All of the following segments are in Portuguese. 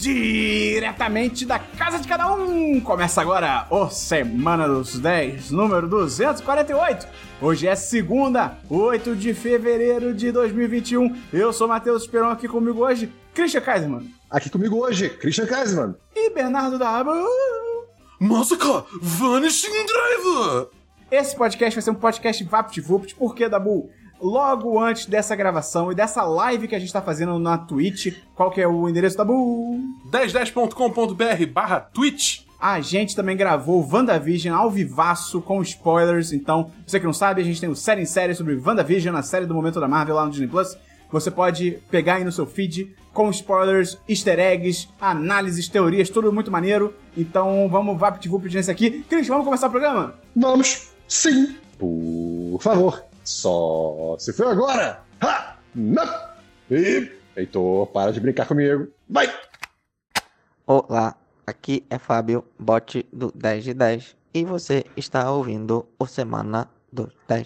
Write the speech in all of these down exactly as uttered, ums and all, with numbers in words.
Diretamente da casa de cada um, começa agora o Semana dos dez, número duzentos e quarenta e oito. Hoje é segunda, oito de fevereiro de dois mil e vinte e um. Eu sou Matheus Esperon, aqui comigo hoje, Christian Kaiserman. Aqui comigo hoje, Christian Kaiserman. E Bernardo Dabu. Massacre Vanishing Driver. Esse podcast vai ser um podcast VaptVupt, porque, Dabu, logo antes dessa gravação e dessa live que a gente tá fazendo na Twitch, qual que é o endereço, Dabu? dez dez ponto com ponto b r barra Twitch. A gente também gravou WandaVision ao vivaço com spoilers, então, você que não sabe, a gente tem o Série em Série sobre WandaVision, a série do momento da Marvel lá no Disney Plus. Você pode pegar aí no seu feed com spoilers, easter eggs, análises, teorias, tudo muito maneiro. Então vamos VaptVupt nesse aqui. Cris, vamos começar o programa? Vamos, sim, por favor. Só se for agora. Ha! Não! E... Heitor, para de brincar comigo. Vai! Olá, aqui é Fábio, bot do dez de dez. E você está ouvindo o Semana dos dez.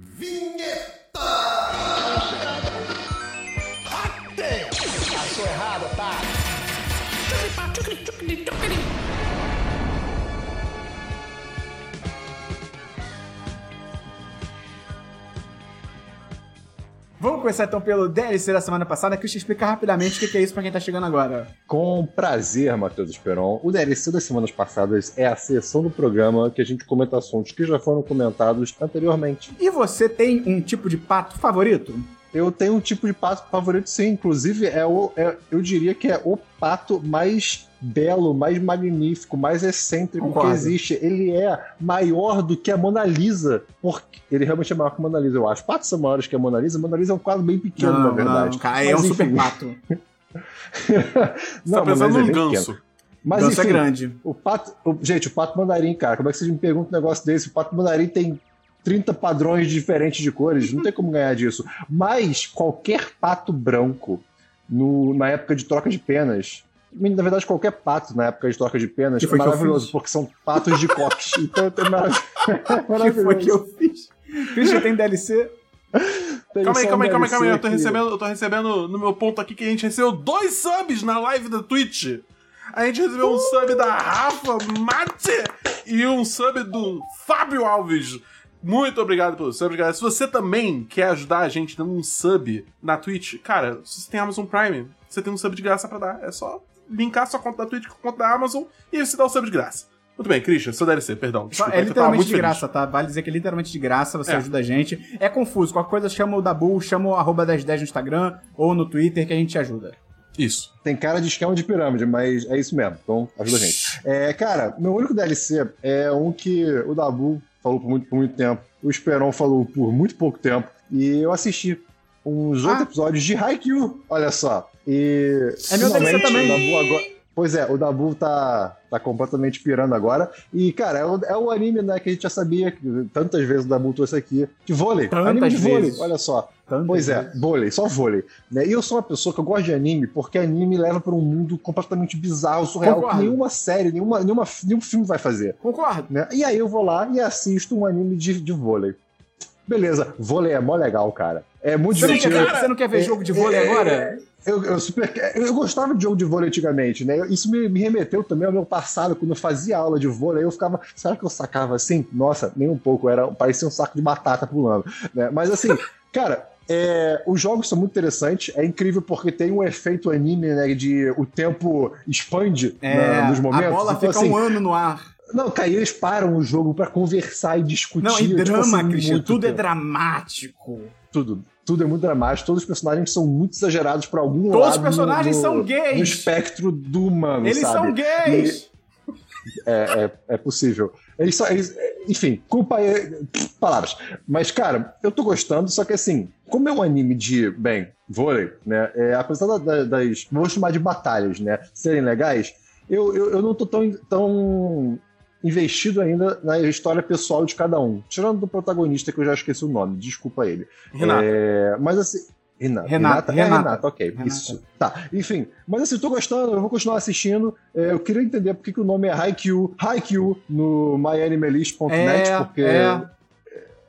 Vamos começar então pelo D L C da semana passada. Christian, explica rapidamente o que é isso pra quem tá chegando agora. Com prazer, Matheus Esperon. O D L C das semanas passadas é a seção do programa que a gente comenta assuntos que já foram comentados anteriormente. E você tem um tipo de pato favorito? Eu tenho um tipo de pato favorito, sim. Inclusive, é o, é, eu diria que é o pato mais belo, mais magnífico, mais excêntrico Concordo. que existe. Ele é maior do que a Mona Lisa. Porque ele realmente é maior que a Mona Lisa, eu acho. Patos são maiores que a Mona Lisa. A Mona Lisa é um quadro bem pequeno, não, na verdade. Não, cara, é um enfim. super pato. Você tá pensando num ganso. Mas ganso enfim, é grande. O pato, o, gente, o pato mandarim, cara, como é que vocês me perguntam um negócio desse? O pato mandarim tem trinta padrões diferentes de cores, não tem como ganhar disso. Mas qualquer pato branco no, na época de troca de penas, na verdade qualquer pato na época de troca de penas, é maravilhoso, porque são patos de coques. Então é maravilhoso. O que foi que eu fiz? Christian, tem D L C? Tem Calma aí, só calma aí, um calma aí, calma aí. Eu tô, D L C recebendo, eu tô recebendo no meu ponto aqui que a gente recebeu dois subs na live da Twitch. A gente recebeu um sub da Rafa Mate e um sub do Fábio Alves. Muito obrigado pelo sub, galera. Se você também quer ajudar a gente dando um sub na Twitch, cara, se você tem Amazon Prime, você tem um sub de graça pra dar. É só linkar sua conta da Twitch com a conta da Amazon e aí você dá o sub de graça. Muito bem, Christian, seu D L C, perdão. Desculpa, é eu tava literalmente muito de feliz. graça, tá? Vale dizer que é literalmente de graça, você É. ajuda a gente. É confuso, qualquer coisa chama o Dabu, chama o arroba dez dez no Instagram ou no Twitter que a gente te ajuda. Isso. Tem cara de esquema de pirâmide, mas é isso mesmo. Então, ajuda a gente. É, cara, meu único D L C é um que o Dabu falou por muito, por muito tempo, o Esperon falou por muito pouco tempo, e eu assisti uns Ah. oito episódios de Haikyuu, olha só. E É meu D L C finalmente, também. o Dabu agora... Pois é, o Dabu tá, tá completamente pirando agora. E, cara, é o, é o anime, né, que a gente já sabia, que tantas vezes o Dabu trouxe aqui, de vôlei. Tantas anime de vôlei, vezes. olha só. Tantas Pois é, vezes. vôlei, só vôlei. Né? E eu sou uma pessoa que eu gosto de anime, porque anime leva para um mundo completamente bizarro, surreal, Concordo. que nenhuma série, nenhuma, nenhuma, nenhum filme vai fazer. Concordo. Né? E aí eu vou lá e assisto um anime de, de vôlei. Beleza, vôlei é mó legal, cara. É muito Você não, quer divertido. ver, você não quer ver É, jogo de vôlei é, agora? Eu, eu, super, eu gostava de jogo de vôlei antigamente, né? Isso me, me remeteu também ao meu passado, quando eu fazia aula de vôlei, eu ficava, será que eu sacava assim? Nossa, nem um pouco, era, parecia um saco de batata pulando, né? Mas assim, cara, é, os jogos são muito interessantes, é incrível porque tem um efeito anime, né, de o tempo expande É, na, nos momentos. a bola então, fica assim, um ano no ar. Não, cara, eles param o jogo pra conversar e discutir. Não, e tipo drama, assim, Christian, muito tudo é tempo. dramático. Tudo. Tudo é muito dramático, todos os personagens são muito exagerados pra algum Todos lado. os personagens no, são gays. No espectro do humano, Eles sabe? são gays! E é, é, é possível. Eles são, eles, enfim, culpa é... Palavras. Mas, cara, eu tô gostando, só que assim, como é um anime de, bem, vôlei, né? É, apesar da- das, vou chamar de batalhas, né? Serem legais, eu, eu, eu não tô tão... tão investido ainda na história pessoal de cada um. Tirando do protagonista, que eu já esqueci o nome, desculpa ele. Renato. É, mas assim... Renata, Renata, Renata, é Renata. Renata, ok. Renata. Isso. Tá, enfim. Mas assim, eu tô gostando, eu vou continuar assistindo. É, eu queria entender por que, que o nome é Haikyuu, Haikyuu no my anime list ponto net, É, porque é.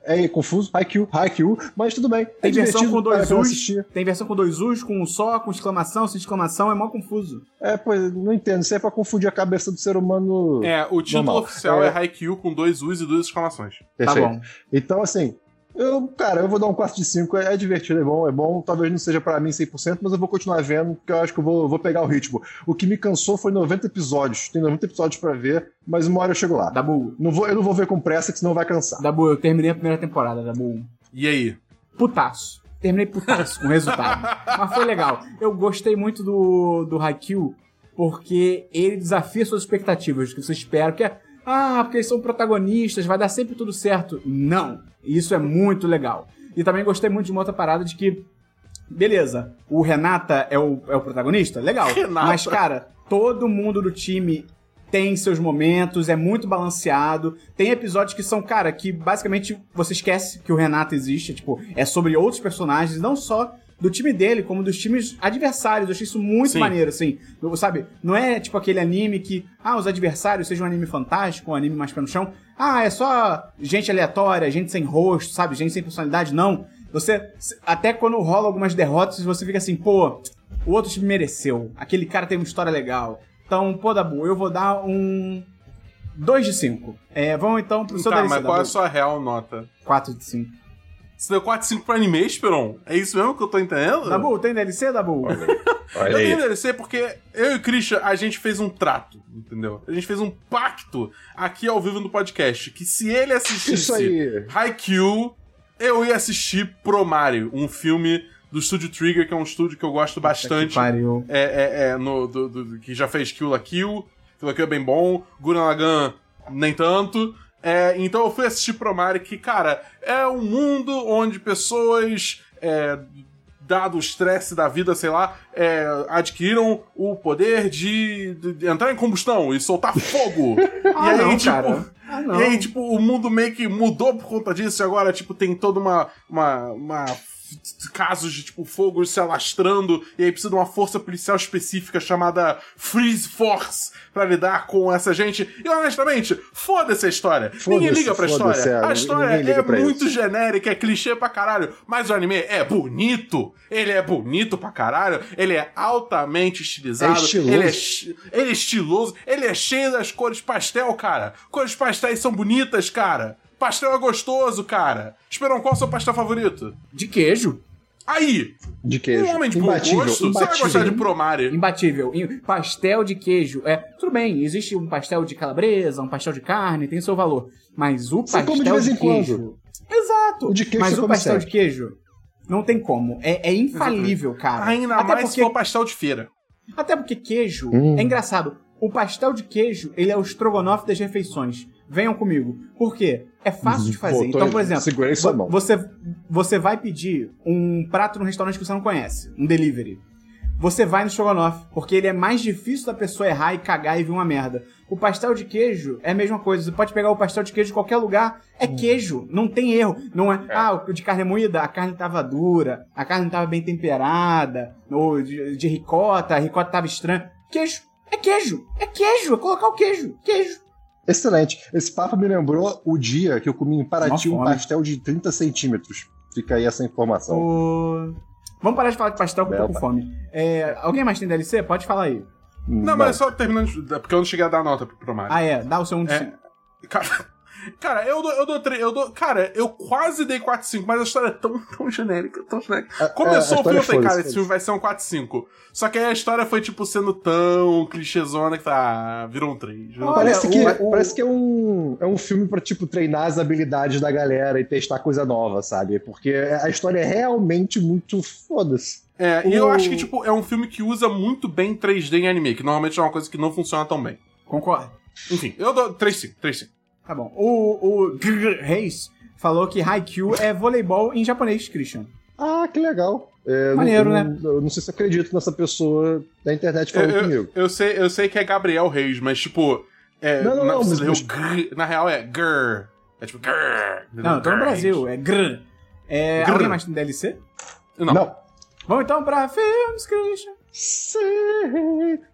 é confuso, Haikyuu, Haikyuu, mas tudo bem. Tem é versão com dois para U's, assistir. tem versão com dois U's, com um só, com exclamação, sem exclamação, é mó confuso. É, pois, não entendo, isso é pra confundir a cabeça do ser humano. É, o título normal. oficial é, é Haikyuu com dois U's e duas exclamações. Perfeito. Tá bom. Então, assim, eu, cara, eu vou dar um quatro de cinco, é, é divertido, é bom, é bom, talvez não seja pra mim cem por cento, mas eu vou continuar vendo, porque eu acho que eu vou, vou pegar o ritmo. O que me cansou foi noventa episódios, tem noventa episódios pra ver, mas uma hora eu chego lá. Dabu, Não vou, eu não vou ver com pressa, que senão vai cansar. Dabu, eu terminei a primeira temporada, Dabu. E aí? Putaço. Terminei putaço com o resultado. Mas foi legal. Eu gostei muito do, do Haikyuu, porque ele desafia suas expectativas, o que você espera, porque é, ah, porque eles são protagonistas, vai dar sempre tudo certo. Não. Isso é muito legal. E também gostei muito de uma outra parada de que, beleza, o Renata é o, é o protagonista? Legal. Renata. Mas, cara, todo mundo do time tem seus momentos, é muito balanceado. Tem episódios que são, cara, que basicamente você esquece que o Renata existe. Tipo, é sobre outros personagens, não só do time dele, como dos times adversários. Eu achei isso muito Sim. maneiro, assim. Sabe, não é tipo aquele anime que, ah, os adversários sejam um anime fantástico, um anime mais pé no chão. Ah, é só gente aleatória, gente sem rosto, sabe? Gente sem personalidade. Não. Você, até quando rola algumas derrotas, você fica assim, pô, o outro time mereceu. Aquele cara tem uma história legal. Então, pô, Dabu, eu vou dar um dois de cinco. É, vamos então pro seu Tá, D L C, mas qual é a Dabu. sua real nota? quatro de cinco. Você deu quatro cinco pro anime, Esperon? É isso mesmo que eu tô entendendo? Dabu, tem D L C, Dabu? Olha Eu aí. tenho D L C porque eu e o Christian, a gente fez um trato, entendeu? A gente fez um pacto aqui ao vivo no podcast, que se ele assistisse Isso aí. Haikyuu, eu ia assistir Promare, um filme do Estúdio Trigger, que é um estúdio que eu gosto bastante. Que pariu. É, é, é, no, do, do- que já fez Kill la Kill, Kill la Kill é bem bom, Gurren Lagann nem tanto. É, então eu fui assistir Promare, que, cara, é um mundo onde pessoas, é, dado o estresse da vida, sei lá, é, adquiriram o poder de, de- de entrar em combustão e soltar fogo. Ah, e aí, não, tipo, cara. Ah, não. E aí, tipo, o mundo meio que mudou por conta disso, e agora, tipo, tem toda uma... uma, uma casos de, tipo, fogo se alastrando, e aí precisa de uma força policial específica chamada Freeze Force pra lidar com essa gente. E, honestamente, foda-se a história. Foda-se, Ninguém liga pra foda-se, história. é, A história ninguém liga é pra muito isso. genérica, é clichê pra caralho, mas o anime é bonito. Ele é bonito pra caralho, ele é altamente estilizado. É estiloso. Ele é, chi- ele é estiloso, ele é cheio das cores pastel, cara. Cores pastéis são bonitas, cara. Pastel é gostoso, cara. Esperam, qual é o seu pastel favorito? De queijo. Aí, De queijo. um homem de bom Imbatível, gosto, você vai imbatível. gostar de Promare. Imbatível. Em- Pastel de queijo. É, tudo bem, existe um pastel de calabresa, um pastel de carne, tem seu valor. Mas o Você come pastel de vez de em quando. queijo. Exato. O de queijo Mas você o come pastel sempre. de queijo não tem como. É, é infalível, cara. Ainda Até mais porque, se for pastel de feira. até porque queijo Hum. é engraçado. O pastel de queijo, ele é o estrogonofe das refeições. Venham comigo. Por quê? É fácil de fazer. Pô, tô- Então, por exemplo, segurei sua vo- mão. você, você vai pedir um prato num restaurante que você não conhece, um delivery. Você vai no estrogonofe, porque ele é mais difícil da pessoa errar e cagar e vir uma merda. O pastel de queijo é a mesma coisa. Você pode pegar o pastel de queijo de qualquer lugar, é Hum. queijo, não tem erro. Não é, ah, o de carne moída, a carne tava dura, a carne tava bem temperada, ou de, de ricota, a ricota tava estranha. Queijo, é queijo, é queijo, é colocar o queijo, queijo. Excelente. Esse papo me lembrou o dia que eu comi em Paraty Uma um fome. pastel de trinta centímetros. Fica aí essa informação. O... Vamos parar de falar de pastel que eu tô com Bel, fome. É, alguém mais tem D L C? Pode falar aí. Não, mas só terminando, de- porque eu não cheguei a dar nota pro Promare. Ah, é, dá o seu um de É. cinco. Cara, cara, eu dou, eu dou três, eu dou, cara, eu quase dei quatro cinco, mas a história é tão, tão genérica, tão genérica. A- Começou a o filme, eu falei, história cara, foi- esse filme vai ser um quatro cinco. Só que aí a história foi, tipo, sendo tão clichêzona que tá, virou um três. Virou um Olha, Parece, que, o- o- parece que é um, é um filme pra, tipo, treinar as habilidades da galera e testar coisa nova, sabe? Porque a história é realmente muito foda-se. É, e O- eu acho que, tipo, é um filme que usa muito bem três D em anime, que normalmente é uma coisa que não funciona tão bem. Concordo. Enfim, eu dou três cinco, três cinco. Tá bom. O, o Grr Reis falou que Haikyuu é voleibol em japonês, Christian. Ah, que legal. É, Maneiro, não, né? Eu não sei se eu acredito nessa pessoa da internet Eu, falando eu, comigo. eu sei, eu sei que é Gabriel Reis, mas, tipo, é, Não, não, na, não, você mas- leu mas- grr, na real é grr. É tipo grr. Não, eu tô no Grr Brasil, Reis. é Grr. É, Grr. alguém mais tem D L C? Não. Não. Vamos então pra filmes, Christian. Sim.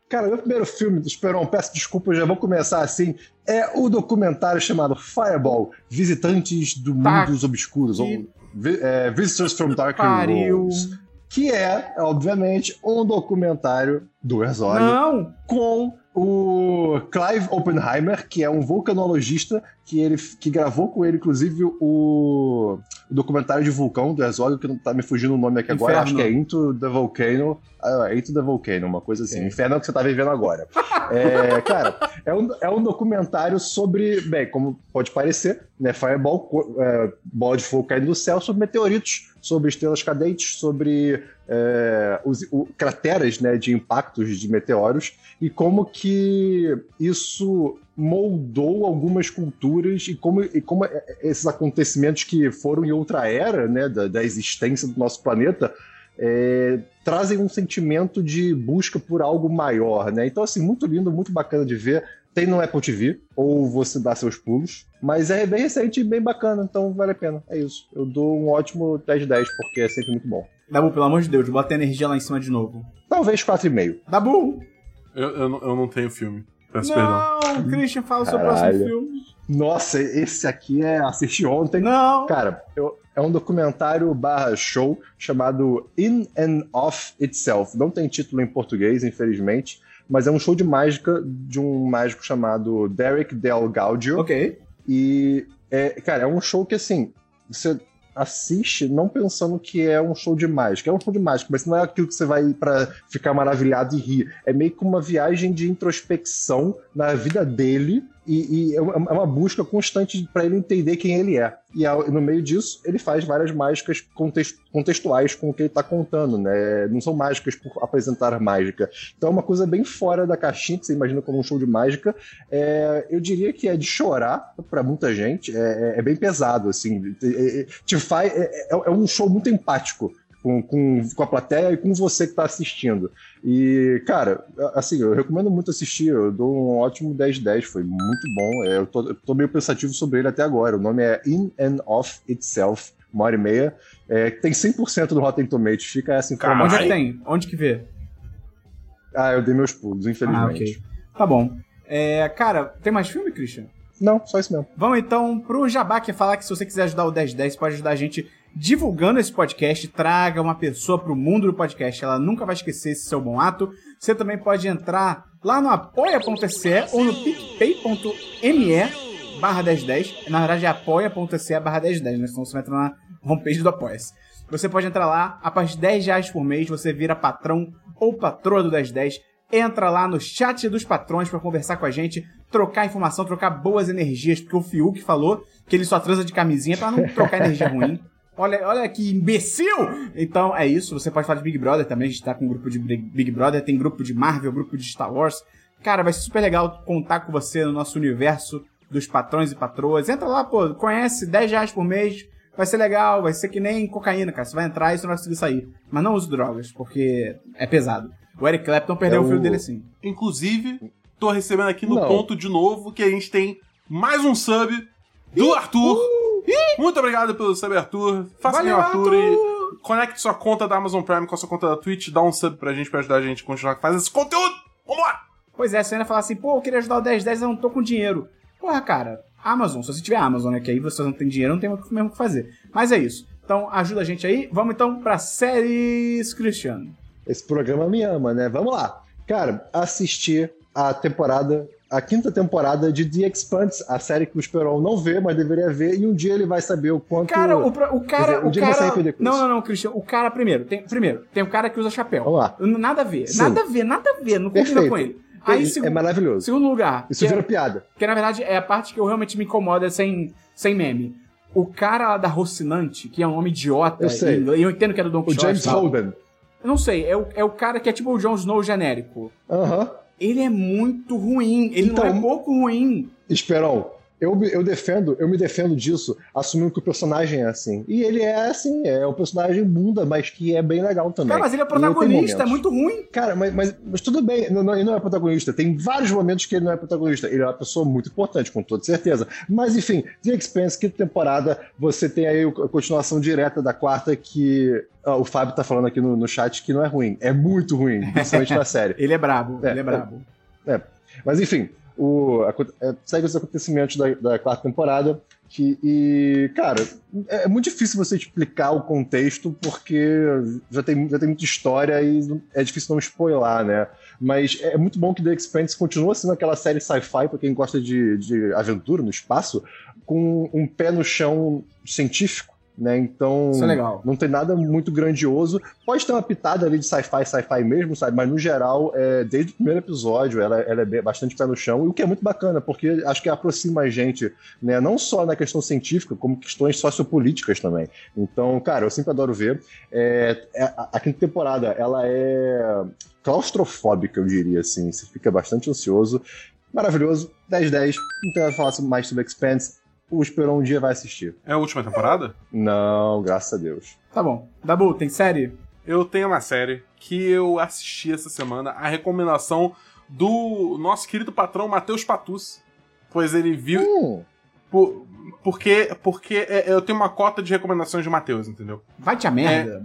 Cara, o meu primeiro filme do Esperon, peço desculpa, eu já vou começar assim, é o documentário chamado Fireball, Visitantes do Tá Mundos Obscuros, que- ou vi- é, Visitors from Darker Pariu. Worlds, que é, obviamente, um documentário do Herzog Não! com o Clive Oppenheimer, que é um vulcanologista, que ele que gravou com ele, inclusive, o, o documentário de vulcão do Herzog, que não tá me fugindo o nome aqui agora, Inferno. acho que é Into the Volcano. Ah, Into the Volcano, uma coisa assim. É. Inferno é o que você tá vivendo agora. É, cara, é um, é um documentário sobre, bem, como pode parecer, né, Fireball, co- é, bola de fogo caindo do céu, sobre meteoritos, sobre estrelas cadentes, sobre é, os, o, crateras, né, de impactos de meteoros, e como que isso moldou algumas culturas e como, e como esses acontecimentos que foram em outra era, né, da, da existência do nosso planeta, é, trazem um sentimento de busca por algo maior, né? Então, assim, muito lindo, muito bacana de ver. Tem no Apple T V, ou você dá seus pulos, mas é bem recente e bem bacana, então vale a pena. É isso. Eu dou um ótimo dez de dez, porque é sempre muito bom. Dabu, pelo amor de Deus, bota a energia lá em cima de novo. Talvez quatro e meio. Dabu! Eu, eu, não- eu não tenho filme. Peço perdão. Não! Christian, fala o seu Caralho. próximo filme. Nossa, esse aqui é assisti ontem. Não! Cara, eu- é um documentário barra show chamado In and of Itself. Não tem título em português, infelizmente, mas é um show de mágica de um mágico chamado Derek Del Gaudio. Ok. E, é, cara, é um show que, assim, você assiste não pensando que é um show de mágica. É um show de mágica, mas não é aquilo que você vai pra ficar maravilhado e rir. É meio que uma viagem de introspecção na vida dele e, e é uma é uma busca constante pra ele entender quem ele é. E ao- no meio disso, ele faz várias mágicas context- contextuais com o que ele tá contando, né? Não são mágicas por apresentar mágica. Então é uma coisa bem fora da caixinha, que você imagina como um show de mágica. É, eu diria que é de chorar pra muita gente. É, é- é bem pesado, assim. É, é, te faz, é, é- é um show muito empático com, com, com a plateia e com você que tá assistindo. E, cara, assim, eu recomendo muito assistir. Eu dou um ótimo dez de dez. Foi muito bom. É, eu, tô, eu tô meio pensativo sobre ele até agora. O nome é In and of Itself, uma hora e meia. É, tem cem por cento do Rotten Tomatoes. Fica essa Onde informação. é que tem? Onde que vê? Ah, eu dei meus pulos, Ah, infelizmente. ok. Tá bom. É, cara, tem mais filme, Christian? Não, só isso mesmo. Vamos então pro Jabá, que é falar que se você quiser ajudar o dez dez, pode ajudar a gente divulgando esse podcast. Traga uma pessoa pro mundo do podcast. Ela nunca vai esquecer esse seu bom ato. Você também pode entrar lá no apoia.se ou no picpay.me barra dez dez. Na verdade é apoia.se barra dez dez, né? Senão você vai entrar na homepage do Apoia-se. Você pode entrar lá, a partir de dez reais por mês, você vira patrão ou patroa do dez dez. Entra lá no chat dos patrões pra conversar com a gente, trocar informação, trocar boas energias, porque o Fiuk falou que ele só transa de camisinha pra não trocar energia ruim. Olha, olha que imbecil! Então é isso, você pode falar de Big Brother também, a gente tá com um grupo de Big Brother, tem grupo de Marvel, grupo de Star Wars. Cara, vai ser super legal contar com você no nosso universo dos patrões e patroas. Entra lá, pô, conhece, dez reais por mês, vai ser legal, vai ser que nem cocaína, cara. Você vai entrar e você não vai conseguir sair. Mas não use drogas, porque é pesado. O Eric Clapton perdeu É o filho o- dele assim. Inclusive, tô recebendo aqui no Não. ponto de novo que a gente tem mais um sub do Arthur. Muito obrigado pelo sub, Arthur. Faça Valeu, o Arthur, Arthur! e conecte sua conta da Amazon Prime com a sua conta da Twitch. Dá um sub pra gente, pra ajudar a gente a continuar fazendo esse conteúdo. Vambora! Pois é, você ainda fala assim, pô, eu queria ajudar o dez dez, eu não tô com dinheiro. Porra, cara, Amazon, se você tiver Amazon, né, que aí você não tem dinheiro, não tem mesmo o que fazer. Mas é isso. Então, ajuda a gente aí. Vamos então pra séries, Cristiano. Esse programa me ama, né? Vamos lá. Cara, assisti a temporada, a quinta temporada de The Expanse, a série que o Esperon não vê, mas deveria ver, e um dia ele vai saber o quanto... Cara, o, pro- o cara. Quer dizer, um o dia ele vai se cara arrepender com não, isso. não, não, Cristiano. O cara, primeiro, tem, primeiro, tem um cara que usa chapéu. Vamos lá. Nada a ver. Sim. Nada a ver, nada a ver. Não combina Perfeito. com ele. Aí, é segu- maravilhoso. segundo lugar. Isso que é- vira piada. Que na verdade é a parte que eu realmente me incomoda sem, sem meme. O cara lá da Rocinante, que é um homem idiota, Eu sei. em inglês, eu entendo que era do Don O Quixote. James e tal. Holden. Eu não sei, é o, é o cara que é tipo o Jon Snow genérico. Aham. Ele é muito ruim, ele Então- não é pouco ruim. Esperon, Eu, eu defendo, eu me defendo disso, assumindo que o personagem é assim. E ele é assim, é o personagem bunda, mas que é bem legal também. Cara, mas ele é protagonista, é muito ruim. Cara, mas, mas, mas tudo bem, não, não, ele não é protagonista. Tem vários momentos que ele não é protagonista. Ele é uma pessoa muito importante, com toda certeza. Mas enfim, The Expanse, quinta temporada, você tem aí a continuação direta da quarta que... ó, o Fábio tá falando aqui no, no chat que não é ruim. É muito ruim, principalmente na série. Ele é brabo, é, ele é brabo. É, é. Mas enfim... O, a, é, segue os acontecimentos da, da quarta temporada que, e, cara, é, é muito difícil você explicar o contexto porque já tem, já tem muita história e é difícil não spoiler, né? Mas é muito bom que The Expanse continua sendo aquela série sci-fi pra quem gosta de, de aventura no espaço, com um pé no chão científico. Né? Então, isso é legal. Não tem nada muito grandioso. Pode ter uma pitada ali de sci-fi, sci-fi mesmo, sabe? Mas no geral, é, desde o primeiro episódio, ela, ela é bastante pé no chão, e o que é muito bacana, porque acho que aproxima a gente, né? Não só na questão científica, como questões sociopolíticas também. Então, cara, eu sempre adoro ver. É, a, a quinta temporada, ela é claustrofóbica, eu diria assim. Você fica bastante ansioso. Maravilhoso, dez dez. Não tem nada a falar mais sobre Expanse. O Esperou um Dia vai assistir. É a última temporada? Não, graças a Deus. Tá bom. Dabu, tem série? Eu tenho uma série que eu assisti essa semana, a recomendação do nosso querido patrão Matheus Patus. Pois ele viu... Hum. Por, porque porque eu tenho uma cota de recomendações de Matheus, entendeu? Vai te a merda.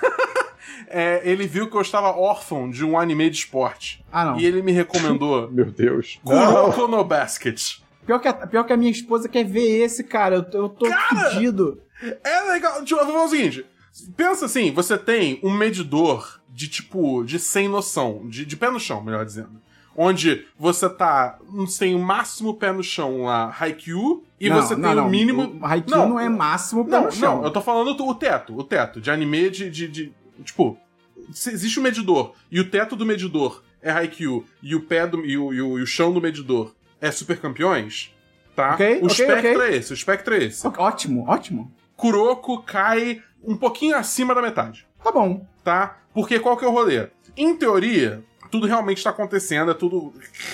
É, é, ele viu que eu estava órfão de um anime de esporte. Ah, não. E ele me recomendou... Meu Deus. Kuroko no Basket. Pior que, a, pior que a minha esposa quer ver esse, cara. Eu, eu tô Cara! fudido. É legal. Tipo, eu vou falar o seguinte. Pensa assim, você tem um medidor de tipo, de sem noção, de, de pé no chão, melhor dizendo. Onde você tá, tem o máximo pé no chão lá, Haikyuu, e não, você não, tem não. o mínimo... O Haikyuu não, não é máximo pé não, no chão. Não, eu tô falando o teto, o teto, de anime de... de, de tipo, se existe um medidor, e o teto do medidor é Haikyuu, e o pé do, e o, e o, e o chão do medidor é Super Campeões, tá? Okay, o okay, espectro okay. é esse, o espectro é esse. Ótimo, ótimo. Kuroko cai um pouquinho acima da metade. Tá bom. Tá? Porque qual que é o rolê? Em teoria, tudo realmente tá acontecendo, é tudo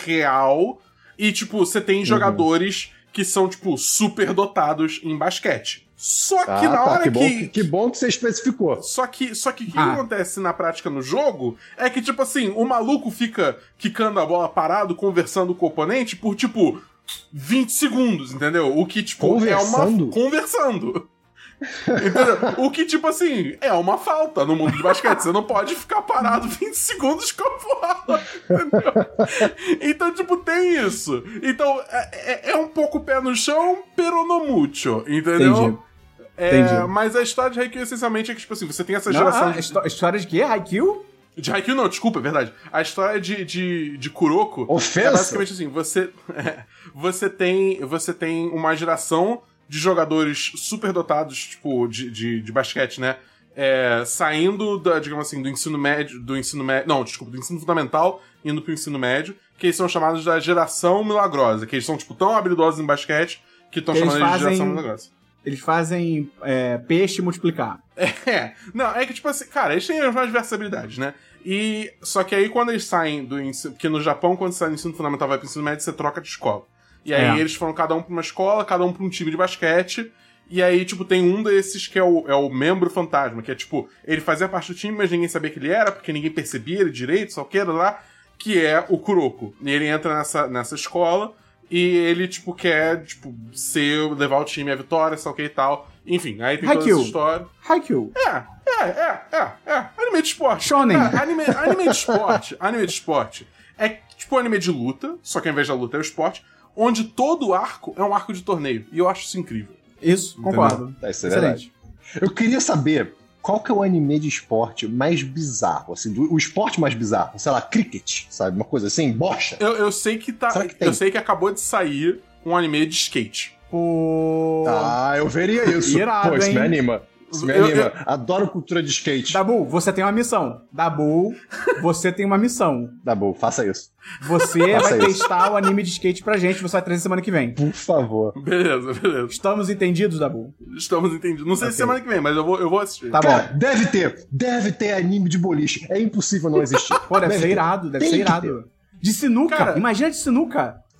real. E, tipo, você tem uhum. jogadores que são, tipo, super dotados em basquete. Só que ah, na tá, hora que... que... Bom que... Que bom que você especificou. Só que só que o que ah. acontece na prática no jogo é que, tipo assim, o maluco fica quicando a bola parado, conversando com o oponente por, tipo, vinte segundos, entendeu? O que, tipo, conversando? é uma... Conversando. Entendeu? O que, tipo assim, é uma falta no mundo de basquete. Você não pode ficar parado vinte segundos com a bola, entendeu? Então, tipo, tem isso. Então, é, é um pouco pé no chão, pero no mucho, entendeu? Entendi. É, Entendi. mas a história de Haikyuu, essencialmente, é que, tipo assim, você tem essa Não, geração... ah, de... História de quê? Haikyuu? De Haikyuu não, desculpa, é verdade. A história de, de, de Kuroko... Ofensa! É basicamente assim, você... É, você, tem, você tem uma geração de jogadores super dotados, tipo, de, de, de basquete, né? É, saindo, da, digamos assim, do ensino médio... Do ensino médio... Não, desculpa, do ensino fundamental, indo pro ensino médio, que eles são chamados da geração milagrosa, que eles são, tipo, tão habilidosos em basquete que estão chamando fazem... de geração milagrosa. Eles fazem é, peixe multiplicar. É, não, é que tipo assim, cara, eles têm as mais diversas habilidades, né? E, só que aí quando eles saem do ensino, porque no Japão, quando você sai do ensino fundamental e vai pro ensino médio, você troca de escola. E aí É. eles foram cada um pra uma escola, cada um pra um time de basquete, e aí, tipo, tem um desses que é o, é o membro fantasma, que é tipo, ele fazia parte do time, mas ninguém sabia que ele era, porque ninguém percebia ele direito, só que era lá, que é o Kuroko. E ele entra nessa, nessa escola, e ele, tipo, quer, tipo, ser, levar o time à vitória, só que e tal. Enfim, aí tem toda Haikyuu. essa história. Haikyuu. É, é, é, é, é. Anime de esporte. Shonen. É, anime, anime de esporte. Anime de esporte. É tipo um anime de luta, só que ao invés da luta é o esporte, onde todo arco é um arco de torneio. E eu acho isso incrível. Isso, Entendeu? concordo. É, isso é verdade. Eu queria saber qual que é o anime de esporte mais bizarro, assim, do- o esporte mais bizarro, sei lá, cricket, sabe, uma coisa assim, bocha. Eu, eu sei que tá. Será que tem? Eu sei que acabou de sair um anime de skate. Pô... Ah, eu veria isso. Irado, Pô, isso hein? me anima. Isso me Eu- anima. eu- Adoro cultura de skate. Dabu, você tem uma missão. Dabu, você tem uma missão. Tá bom, faça isso. Você Faça vai isso. testar o anime de skate pra gente, você vai trazer semana que vem. Por favor. Beleza, beleza. Estamos entendidos, Dabu? Estamos entendidos. Não sei se Ok. semana que vem, mas eu vou, eu vou assistir. Tá Cara, bom. deve ter. Deve ter anime de boliche. É impossível não existir. Pô, deve, ser ter. irado, deve Tem ser que irado. De sinuca, Cara- imagina de sinuca.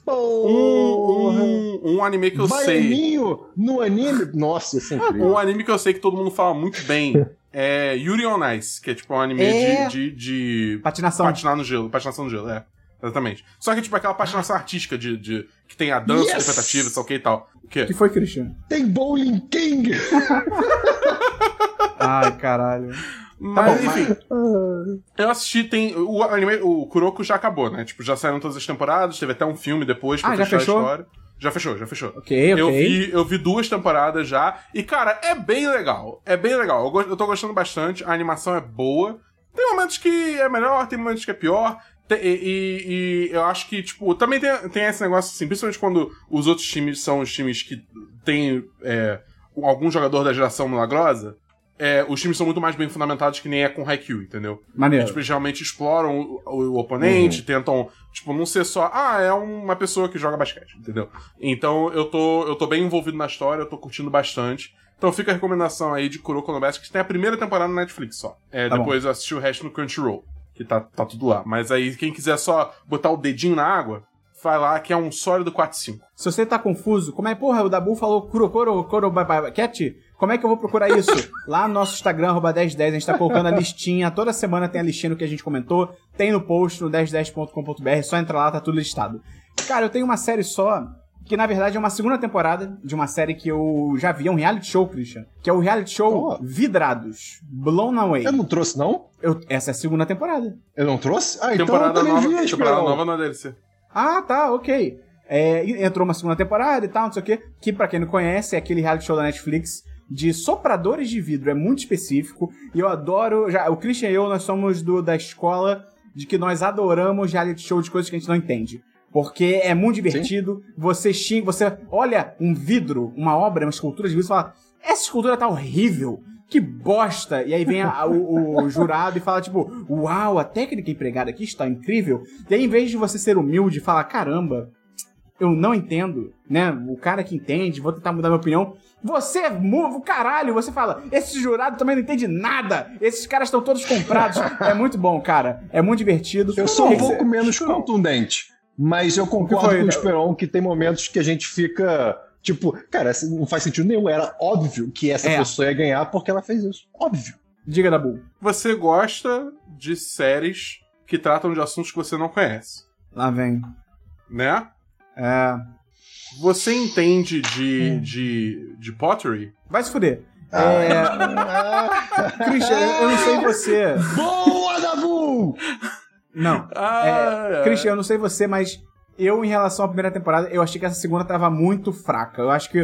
Um, um, um anime que eu Baianinho sei. no anime. Nossa, isso é incrível. Um anime que eu sei que todo mundo fala muito bem é Yuri on Ice, que é tipo um anime É. de, de, de Patinação. patinar no gelo. Patinação no gelo, é. Exatamente. Só que tipo aquela patinação artística de, de que tem a dança, Yes! interpretativa, sei o que e tal. O quê? que foi, Christian? Tem Bowling King! Ai, caralho. Mas, bom, enfim. Eu assisti, tem. O anime, o Kuroko já acabou, né? Tipo, já saíram todas as temporadas, teve até um filme depois pra Ah, já fechar fechou? a história. Já fechou, já fechou. Ok, ok. Eu vi, eu vi duas temporadas já. E, cara, é bem legal. É bem legal. Eu, go- eu tô gostando bastante. A animação é boa. Tem momentos que é melhor, tem momentos que é pior. Te- E, e- e eu acho que, tipo, também tem, tem esse negócio assim, principalmente quando os outros times são os times que tem é, algum jogador da geração milagrosa. É, os times são muito mais bem fundamentados que nem é com Haikyuu, entendeu? Maneiro. Tipo, eles realmente exploram o, o- o oponente, tentam, tipo, não ser só, ah, é uma pessoa que joga basquete, entendeu? Então eu tô, eu tô bem envolvido na história, eu tô curtindo bastante. Então fica a recomendação aí de Kuroko no Basket, que tem a primeira temporada na Netflix só. É, Tá depois eu assisti o resto no Crunchyroll, que tá, tá tudo lá. Mas aí, quem quiser só botar o dedinho na água, vai lá, que é um sólido quatro cinco. Se você tá confuso, como é, porra, o Dabu falou Kurokoro, Koro, Cat? Como é que eu vou procurar isso? Lá no nosso Instagram, arroba dez dez, a gente tá colocando a listinha, toda semana tem a listinha do que a gente comentou, tem no post no dez dez ponto com ponto b r, só entra lá, tá tudo listado. Cara, eu tenho uma série só, que na verdade é uma segunda temporada de uma série que eu já vi, é um reality show, Christian, que é o reality show Oh. Vidrados, Blown Away. Eu não trouxe, não? Eu- essa é a segunda temporada. Eu não trouxe? Ah, então eu Temporada também nova, vi, temporada Esperão. nova não é D L C. Ah, tá, ok. É, e entrou uma segunda temporada e tal, não sei o quê, que pra quem não conhece é aquele reality show da Netflix de sopradores de vidro, é muito específico, e eu adoro, já, o Christian e eu, nós somos do, da escola de que nós adoramos reality show de coisas que a gente não entende. Porque é muito divertido, você xinga, você olha um vidro, uma obra, uma escultura de vidro e fala, essa escultura tá horrível, que bosta! E aí vem a- o, o jurado e fala, tipo, uau, a técnica empregada aqui está incrível. E aí, em vez de você ser humilde e falar, caramba, eu não entendo, né? O cara que entende, vou tentar mudar minha opinião. Você move o caralho, você fala, esse jurado também não entende nada, esses caras estão todos comprados. É muito bom, cara. É muito divertido. Eu sou um Que que pouco cê- menos contundente, mas eu concordo foi? com o Esperon que tem momentos que a gente fica, tipo, cara, assim, não faz sentido nenhum. Era óbvio que essa É. pessoa ia ganhar porque ela fez isso. Óbvio. Diga, Dabu. Você gosta de séries que tratam de assuntos que você não conhece, Lá vem. né? É... Você entende de, de, de pottery? Vai se fuder. É... Christian, eu não sei você. Boa, Dabu! Não. Ah, É, Christian, eu não sei você, mas eu, em relação à primeira temporada, eu achei que essa segunda tava muito fraca. Eu acho que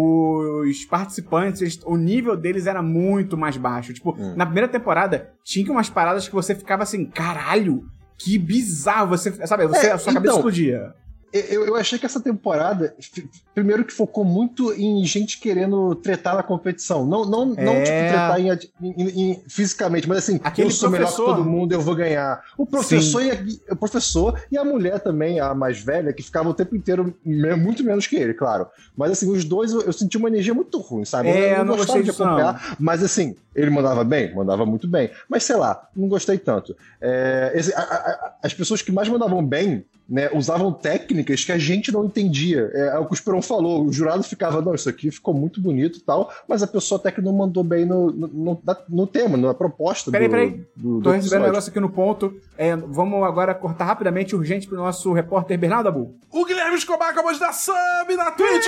os participantes, eles- o nível deles era muito mais baixo. Tipo, na primeira temporada, tinha umas paradas que você ficava assim, caralho, que bizarro. Você, sabe, você, É, a sua cabeça então, explodia. Eu, eu achei que essa temporada, f- primeiro que focou muito em gente querendo tretar na competição. Não, não, não É. tipo, tretar em, em- em- fisicamente, mas assim, Aquele eu sou melhor que professor. todo mundo, eu vou ganhar. O professor, e a, o professor e a mulher também, a mais velha, que ficava o tempo inteiro me- muito menos que ele, claro. Mas assim, os dois, eu, eu senti uma energia muito ruim, sabe? É, eu eu não gostava gostei de disso, acompanhar, mas assim, ele mandava bem? Mandava muito bem. Mas sei lá, não gostei tanto. É, esse- a- a- a- as pessoas que mais mandavam bem, né, usavam técnicas que a gente não entendia. É, é o que o Esperon falou. O jurado ficava, não, isso aqui ficou muito bonito e tal, mas a pessoa até que não mandou bem no, no, no, no tema, na proposta Peraí, do, peraí. do, do Tô recebendo um episódio. negócio aqui no ponto. É, vamos agora cortar rapidamente, urgente, pro nosso repórter Bernardo Dabu. O Guilherme Escobar acabou de dar sub na Twitch!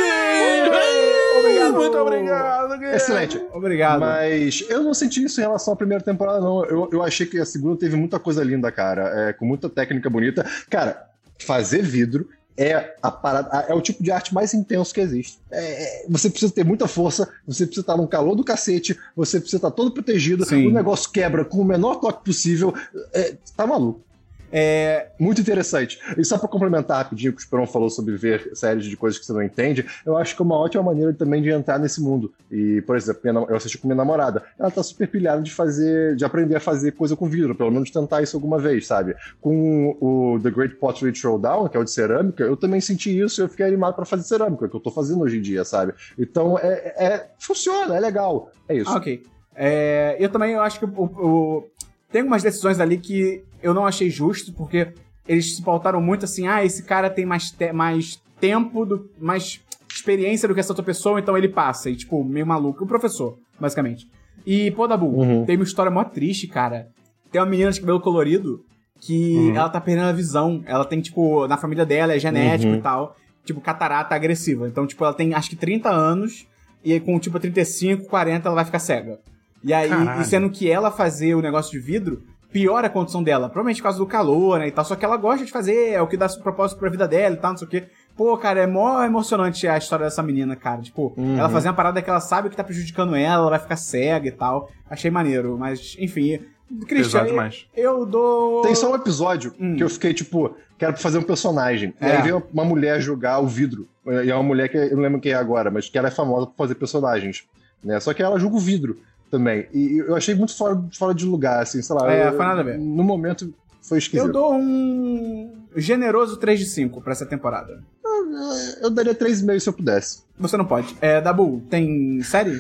Obrigado. Muito obrigado, Guilherme! Excelente. Obrigado. Mas eu não senti isso em relação à primeira temporada, não. Eu, eu achei que a segunda teve muita coisa linda, cara. É, com muita técnica bonita. Cara, fazer vidro é a parada, é o tipo de arte mais intenso que existe. É, é, você precisa ter muita força, você precisa estar no calor do cacete, você precisa estar todo protegido, Sim. o negócio quebra com o menor toque possível. É, tá maluco. É, Muito interessante. E só pra complementar rapidinho o que o Esperon falou sobre ver séries de coisas que você não entende, eu acho que é uma ótima maneira também de entrar nesse mundo. E, por exemplo, minha nam- eu assisti com minha namorada. Ela tá super pilhada de fazer, de aprender a fazer coisa com vidro, pelo menos tentar isso alguma vez, sabe? Com o The Great Pottery Throwdown, que é o de cerâmica, eu também senti isso e eu fiquei animado pra fazer cerâmica, que eu tô fazendo hoje em dia, sabe? Então, é, é- funciona, é legal. É isso. ah, ok. É, eu também eu acho que o, o- tem algumas decisões ali que eu não achei justo, porque eles se pautaram muito assim, ah, esse cara tem mais, te- mais tempo, do, mais experiência do que essa outra pessoa, então ele passa. E, tipo, meio maluco. O professor, basicamente. E, pô, Dabu, Uhum. tem uma história mó triste, cara. Tem uma menina de cabelo colorido que Uhum. ela tá perdendo a visão. Ela tem, tipo, na família dela, é genético Uhum. e tal. Tipo, catarata agressiva. Então, tipo, ela tem acho que trinta anos. E aí, com, tipo, trinta e cinco, quarenta, ela vai ficar cega. E aí, Caralho. e sendo que ela fazer o negócio de vidro, piora a condição dela. Provavelmente por causa do calor, né, e tal. Só que ela gosta de fazer, é o que dá propósito pra vida dela e tal, não sei o quê. Pô, cara, é mó emocionante a história dessa menina, cara. Tipo, Uhum. ela fazer uma parada que ela sabe que tá prejudicando ela, ela vai ficar cega e tal. Achei maneiro, mas, enfim... Christian, Pesado demais. eu, eu dou... Tem só um episódio Hum. que eu fiquei, tipo, quero fazer um personagem. E É. aí veio uma, uma mulher jogar o vidro. E é uma mulher que eu não lembro quem é agora, mas que ela é famosa por fazer personagens. Né? Só que ela joga o vidro também. E eu achei muito fora, fora de lugar, assim, sei lá. É, eu- foi nada a ver. No momento foi esquisito. Eu dou um generoso três de cinco pra essa temporada. Eu daria três e meio se eu pudesse. Você não pode. É, Dabu, tem série?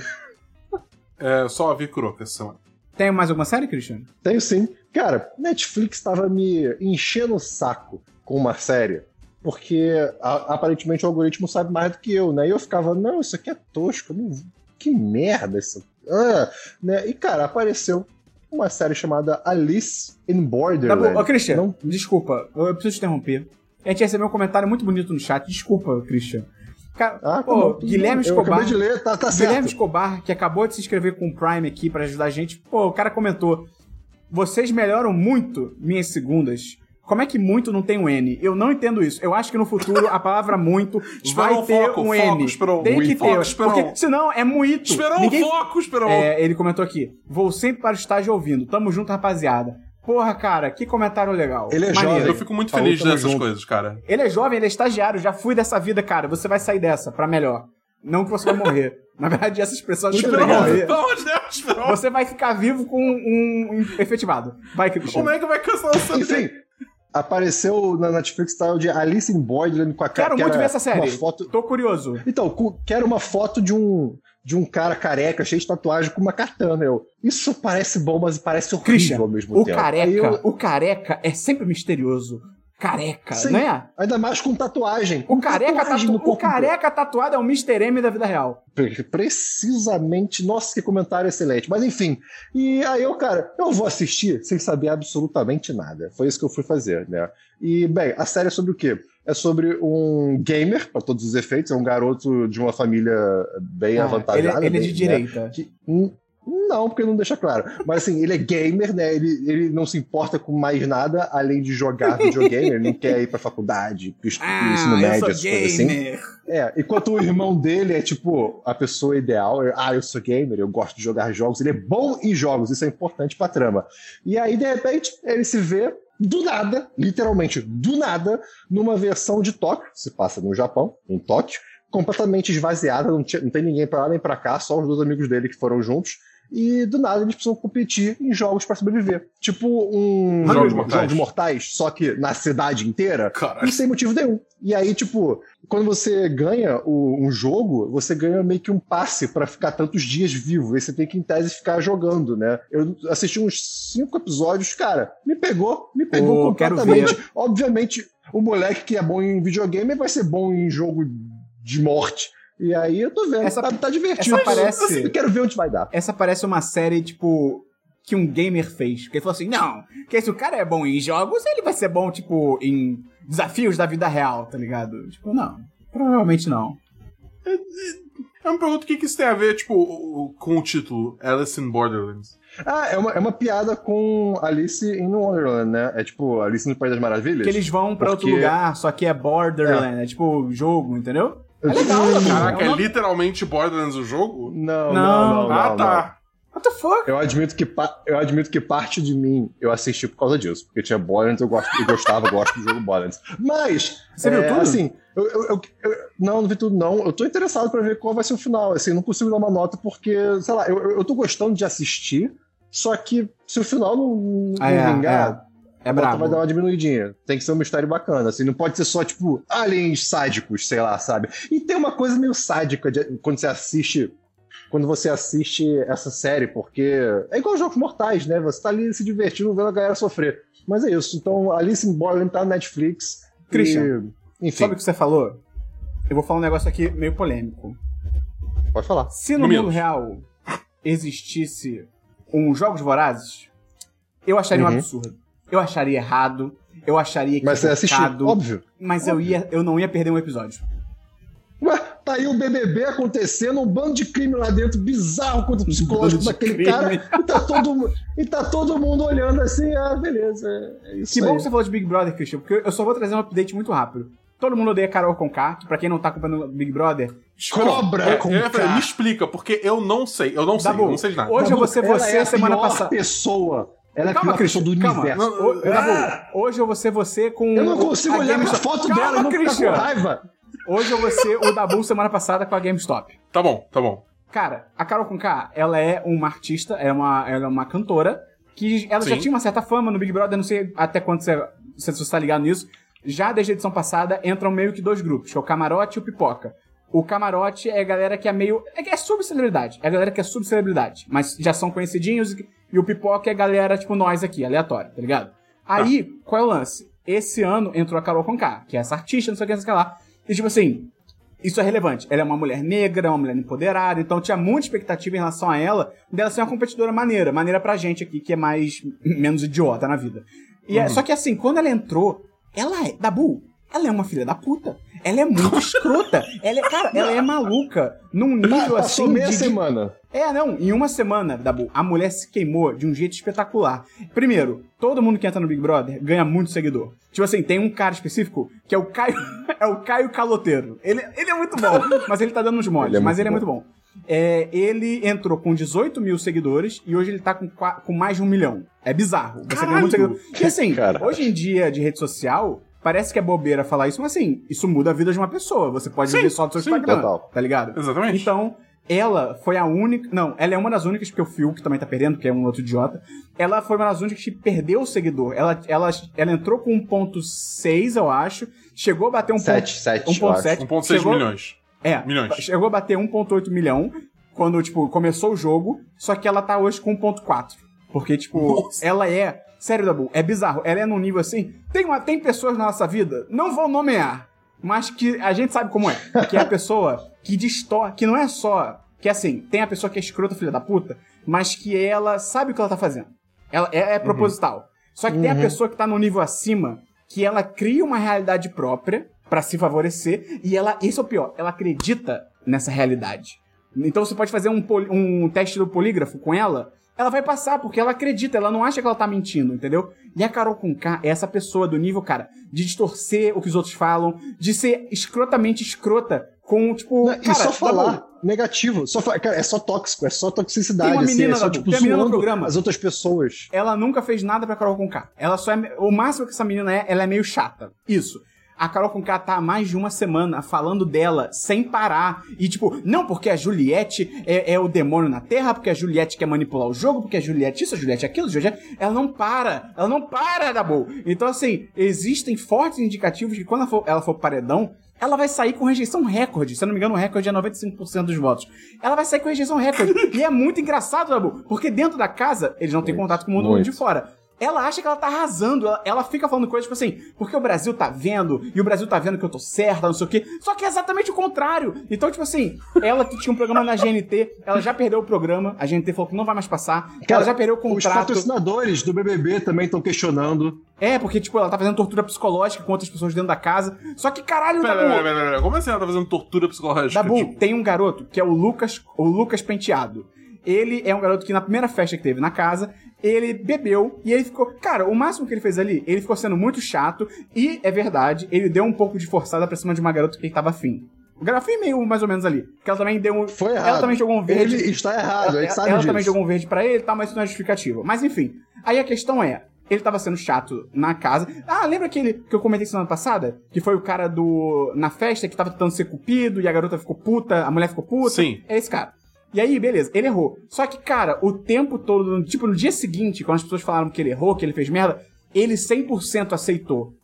É, só a vi Kuroka essa semana. Tem mais alguma série, Christian? Tenho sim. Cara, Netflix tava me enchendo o saco com uma série, porque a- aparentemente o algoritmo sabe mais do que eu, né? E eu ficava, não, isso aqui é tosco, não- que merda isso. Ah, né? E, cara, apareceu uma série chamada Alice in Borderland. Dabu, ô, Christian, Não- desculpa, eu eu preciso te interromper. A gente recebeu um comentário muito bonito no chat. Desculpa, Christian. Cara, Ah, pô, como? Tudo Guilherme bem. Eu Escobar. acabei de ler, tá, tá Guilherme certo. Escobar, que acabou de se inscrever com o Prime aqui pra ajudar a gente. Pô, o cara comentou: vocês melhoram muito minhas segundas. Como é que muito não tem um N? Eu não entendo isso. Eu acho que no futuro a palavra muito vai Esperou, ter foco, um foco, N. esperou. Tem que Muito. ter. Foco, esperou. Porque senão é muito. Esperou Ninguém... o foco, esperou. É, ele comentou aqui: vou sempre para o estágio ouvindo. Tamo junto, rapaziada. Porra, cara, que comentário legal. Ele é Maneiro. jovem. Eu fico muito Falou, feliz tamo dessas junto. coisas, cara. Ele é jovem, ele é estagiário, já fui dessa vida, cara. Você vai sair dessa, pra melhor. Não que você vai morrer. Na verdade, essa expressão acho que Muito não vai obrigado. morrer. Pelo amor de Deus, esperou. Você vai ficar vivo com um, um efetivado. Vai, Cristiano. Como é que vai cancelar o sangue Enfim, dele? apareceu na Netflix tal de Alice in Borderland com a cara. Quero muito ver essa série. Uma foto... Tô curioso. Então, cu- quero uma foto de um, de um cara careca, cheio de tatuagem, com uma katana. Eu, isso parece bom, mas parece horrível Christian, ao mesmo o tempo. careca, Aí eu- o careca é sempre misterioso. Careca, Sim, né? Ainda mais com tatuagem. O Com careca, tatuagem tatu... no o corpo careca tatuado é o mister M da vida real. inteiro. Precisamente. Nossa, que comentário excelente. Mas enfim. E aí eu, cara, eu vou assistir sem saber absolutamente nada. Foi isso que eu fui fazer, né? E, bem, a série é sobre o quê? É sobre um gamer, para todos os efeitos, é um garoto de uma família bem Ah, avantajada. ele, ele é bem, de né? direita. Que- hum, não, porque não deixa claro. Mas assim, ele é gamer, né? Ele, ele não se importa com mais nada além de jogar videogame. Ele não quer ir pra faculdade, pro estu- pro ensino Ah, eu médio, sou essas coisas assim. gamer. É, enquanto o irmão dele é tipo a pessoa ideal. Eu- ah, eu sou gamer, eu gosto de jogar jogos. Ele é bom em jogos, isso é importante pra trama. E aí, de repente, ele se vê do nada, literalmente do nada, numa versão de Tóquio, se passa no Japão, em Tóquio, completamente esvaziada, não, tinha- não tem ninguém pra lá nem pra cá, só os dois amigos dele que foram juntos. E do nada eles precisam competir em jogos pra sobreviver. Tipo um Jogos jogo Mortais. de mortais, só que na cidade inteira, Caralho. e sem motivo nenhum. E aí, tipo, quando você ganha o- um jogo, você ganha meio que um passe pra ficar tantos dias vivo. E você tem que, em tese, ficar jogando, né? Eu assisti uns cinco episódios, cara, me pegou, me pegou Pô, quero completamente. Obviamente, o moleque que é bom em videogame vai ser bom em jogo de morte. E aí eu tô vendo, Essa- tá, tá divertido. essa parece- Assim, eu quero ver onde vai dar. Essa parece uma série, tipo, que um gamer fez. Porque ele falou assim, não, porque se o cara é bom em jogos, ele vai ser bom, tipo, em desafios da vida real, tá ligado? Tipo, não. Provavelmente não. Eu me pergunto o que que isso tem a ver, tipo, o- o- com o título Alice in Borderlands. Ah, é uma, é uma piada com Alice in Wonderland, né? É tipo Alice no País das Maravilhas. Que eles vão pra outro Porque- lugar, só que é Borderland, é, tipo jogo, entendeu? É legal, Hum, Caraca, é é uma- literalmente Borderlands o jogo? Não, não, Não. não, não. ah, não. tá. What the fuck? Eu admito, que pa- eu admito que parte de mim eu assisti por causa disso. Porque tinha Borderlands, eu, gosto, eu gostava, gosto do jogo Borderlands. Mas, Você viu é, tudo? assim, eu, eu- eu- eu- não, não vi tudo não. Eu tô interessado pra ver qual vai ser o final. Assim, não consigo dar uma nota porque, sei lá, eu, eu eu tô gostando de assistir, só que se o final não, não Ah, é, vingar, É a nota brabo. vai dar uma diminuidinha. Tem que ser um mistério bacana, assim, não pode ser só, tipo, aliens sádicos, sei lá, sabe? E tem uma coisa meio sádica de- quando você assiste quando você assiste essa série, porque é igual Jogos Mortais, né? Você tá ali se divertindo, vendo a galera sofrer. Mas é isso. Então, Alice in Borderland tá na Netflix. Christian, e... enfim. sabe o que você falou? Eu vou falar um negócio aqui meio polêmico. Pode falar. Se no mundo real existisse um Jogos Vorazes, eu acharia Uhum. um absurdo. Eu acharia errado. Eu acharia Mas você assistiu, equivocado. óbvio. Mas Óbvio. Eu, ia, eu não ia perder um episódio. Ué, tá aí o B B B acontecendo, um bando de crime lá dentro, bizarro contra o psicológico de daquele crime. cara, e tá, todo, e tá todo mundo olhando assim, ah, beleza, é isso Que aí. bom que você falou de Big Brother, Christian, porque eu só vou trazer um update muito rápido. Todo mundo odeia Carol Conká, que pra quem não tá acompanhando Big Brother... Cobra É, com eu ia falar, K. me explica, porque eu não sei. Eu não sei, Dabu, eu não sei de nada. hoje eu vou ser Ela você é a semana pior passada. pessoa. Ela é a Calma, pior pessoa do Christian, calma. universo. Não, Ô, Dabu, Ah! hoje eu vou ser você com... Eu não consigo a olhar pra GameStop. foto Calma, dela e não ficar com Christian. raiva. Hoje eu vou ser o Dabu semana passada com a GameStop. Tá bom, tá bom. Cara, a Carol Conká, ela é uma artista, é uma, ela é uma cantora, que ela já Sim. tinha uma certa fama no Big Brother, não sei até quando você, se você tá ligado nisso. Já desde a edição passada, entram meio que dois grupos, que é o Camarote e o Pipoca. O Camarote é a galera que é meio... É, é subcelebridade. É a galera que é subcelebridade. Mas já são conhecidinhos. E, e o Pipoca é a galera, tipo, nós aqui, aleatória, tá ligado? Aí, qual é o lance? Esse ano entrou a Carol Conká, que é essa artista, não sei o que, não sei o que lá. E, tipo assim, isso é relevante. Ela é uma mulher negra, uma mulher empoderada, então tinha muita expectativa em relação a ela, dela ser uma competidora maneira. Maneira pra gente aqui, que é mais... menos idiota na vida. E é, só que, assim, quando ela entrou, ela é... Dabu, ela é uma filha da puta. Ela é muito escrota. Ela é, cara, ela é maluca. Num nível Passou assim. meia de- semana. É, não, em uma semana, Dabu, a mulher se queimou de um jeito espetacular. Primeiro, todo mundo que entra no Big Brother ganha muito seguidor. Tipo assim, tem um cara específico que é o Caio, é o Caio Caloteiro. Ele, ele é muito bom, mas ele tá dando uns moles, Ele é mas muito ele é muito bom. É, ele entrou com dezoito mil seguidores e hoje ele tá com, qua- com mais de um milhão. É bizarro. Você ganha muito seguidor. E assim, Caralho. hoje em dia de rede social, parece que é bobeira falar isso, mas assim, isso muda a vida de uma pessoa. Você pode Sim, viver só do seu sim, Instagram, total. tá ligado? Exatamente. Então, ela foi a única... Não, ela é uma das únicas, porque o Fiuk também tá perdendo, porque é um outro idiota. Ela foi uma das únicas que perdeu o seguidor. Ela, ela, ela entrou com um ponto seis, eu acho. Chegou a bater um Sete, ponto... sete, um eu ponto acho. sete. um ponto seis Chegou- milhões. É, Milhões. chegou a bater um ponto oito milhão quando, tipo, começou o jogo, só que ela tá hoje com um ponto quatro. Porque, tipo, Nossa. ela é... Sério, Dabu, é bizarro. Ela é num nível assim... Tem, uma, tem pessoas na nossa vida, não vou nomear, mas que a gente sabe como é. Que é a pessoa que distorce... Que não é só... Que assim, tem a pessoa que é escrota, filha da puta, mas que ela sabe o que ela tá fazendo. Ela é, é proposital. Só que tem a pessoa que tá no nível acima, que ela cria uma realidade própria pra se favorecer, e ela, isso é o pior, ela acredita nessa realidade. Então você pode fazer um, poli- um teste do polígrafo com ela, ela vai passar, porque ela acredita, ela não acha que ela tá mentindo, entendeu? E a Carol Conká é essa pessoa do nível, cara, de distorcer o que os outros falam, de ser escrotamente escrota, com, tipo, Não, e cara, só falar Dabu, negativo. Só fa- cara, é só tóxico, é só toxicidade. Tem uma assim, menina, é só, Dabu, tipo, tem uma menina no zoando programa. as outras pessoas. ela nunca fez nada pra Carol Conká. Ela só é... O máximo que essa menina é, ela é meio chata. Isso. A Carol Conká tá há mais de uma semana falando dela sem parar. E tipo, não porque a Juliette é, é o demônio na Terra, porque a Juliette quer manipular o jogo, porque a Juliette isso, a Juliette aquilo, a Juliette... Ela não para. Ela não para, Dabu. Então assim, existem fortes indicativos de que quando ela for, ela for paredão, ela vai sair com rejeição recorde. Se eu não me engano, o recorde é noventa e cinco por cento dos votos. Ela vai sair com rejeição recorde. E é muito engraçado, Dabu, porque dentro da casa, eles não têm contato com o mundo muito. de fora. Ela acha que ela tá arrasando, ela, ela fica falando coisas tipo assim, porque o Brasil tá vendo, e o Brasil tá vendo que eu tô certa, não sei o quê. Só que é exatamente o contrário. Então, tipo assim, ela que tinha um programa na G N T, ela já perdeu o programa, a G N T falou que não vai mais passar, ela já perdeu o Os contrato. patrocinadores do B B B também estão questionando. É, porque, tipo, ela tá fazendo tortura psicológica com outras pessoas dentro da casa. Só que, caralho, Pera, Dabu, pera, pera, pera. Como assim ela tá fazendo tortura psicológica? Dabu, Tipo, tem um garoto que é o Lucas, o Lucas Penteado. Ele é um garoto que na primeira festa que teve na casa, ele bebeu e ele ficou... Cara, o máximo que ele fez ali, ele ficou sendo muito chato e, é verdade, ele deu um pouco de forçada pra cima de uma garota que ele tava afim. O garoto foi meio mais ou menos ali. Porque ela também deu um... Foi errado. Ela também jogou um verde. Ele está errado, ela, a gente sabe ela disso. também jogou um verde pra ele e tal, mas isso não é justificativa. Mas enfim, aí a questão é... Ele tava sendo chato na casa. Ah, lembra aquele que eu comentei semana passada? Que foi o cara do... Na festa, que tava tentando ser cupido e a garota ficou puta, a mulher ficou puta. Sim. É esse cara. E aí, beleza, ele errou. Só que, cara, o tempo todo, tipo, no dia seguinte, quando as pessoas falaram que ele errou, que ele fez merda, ele cem por cento aceitou.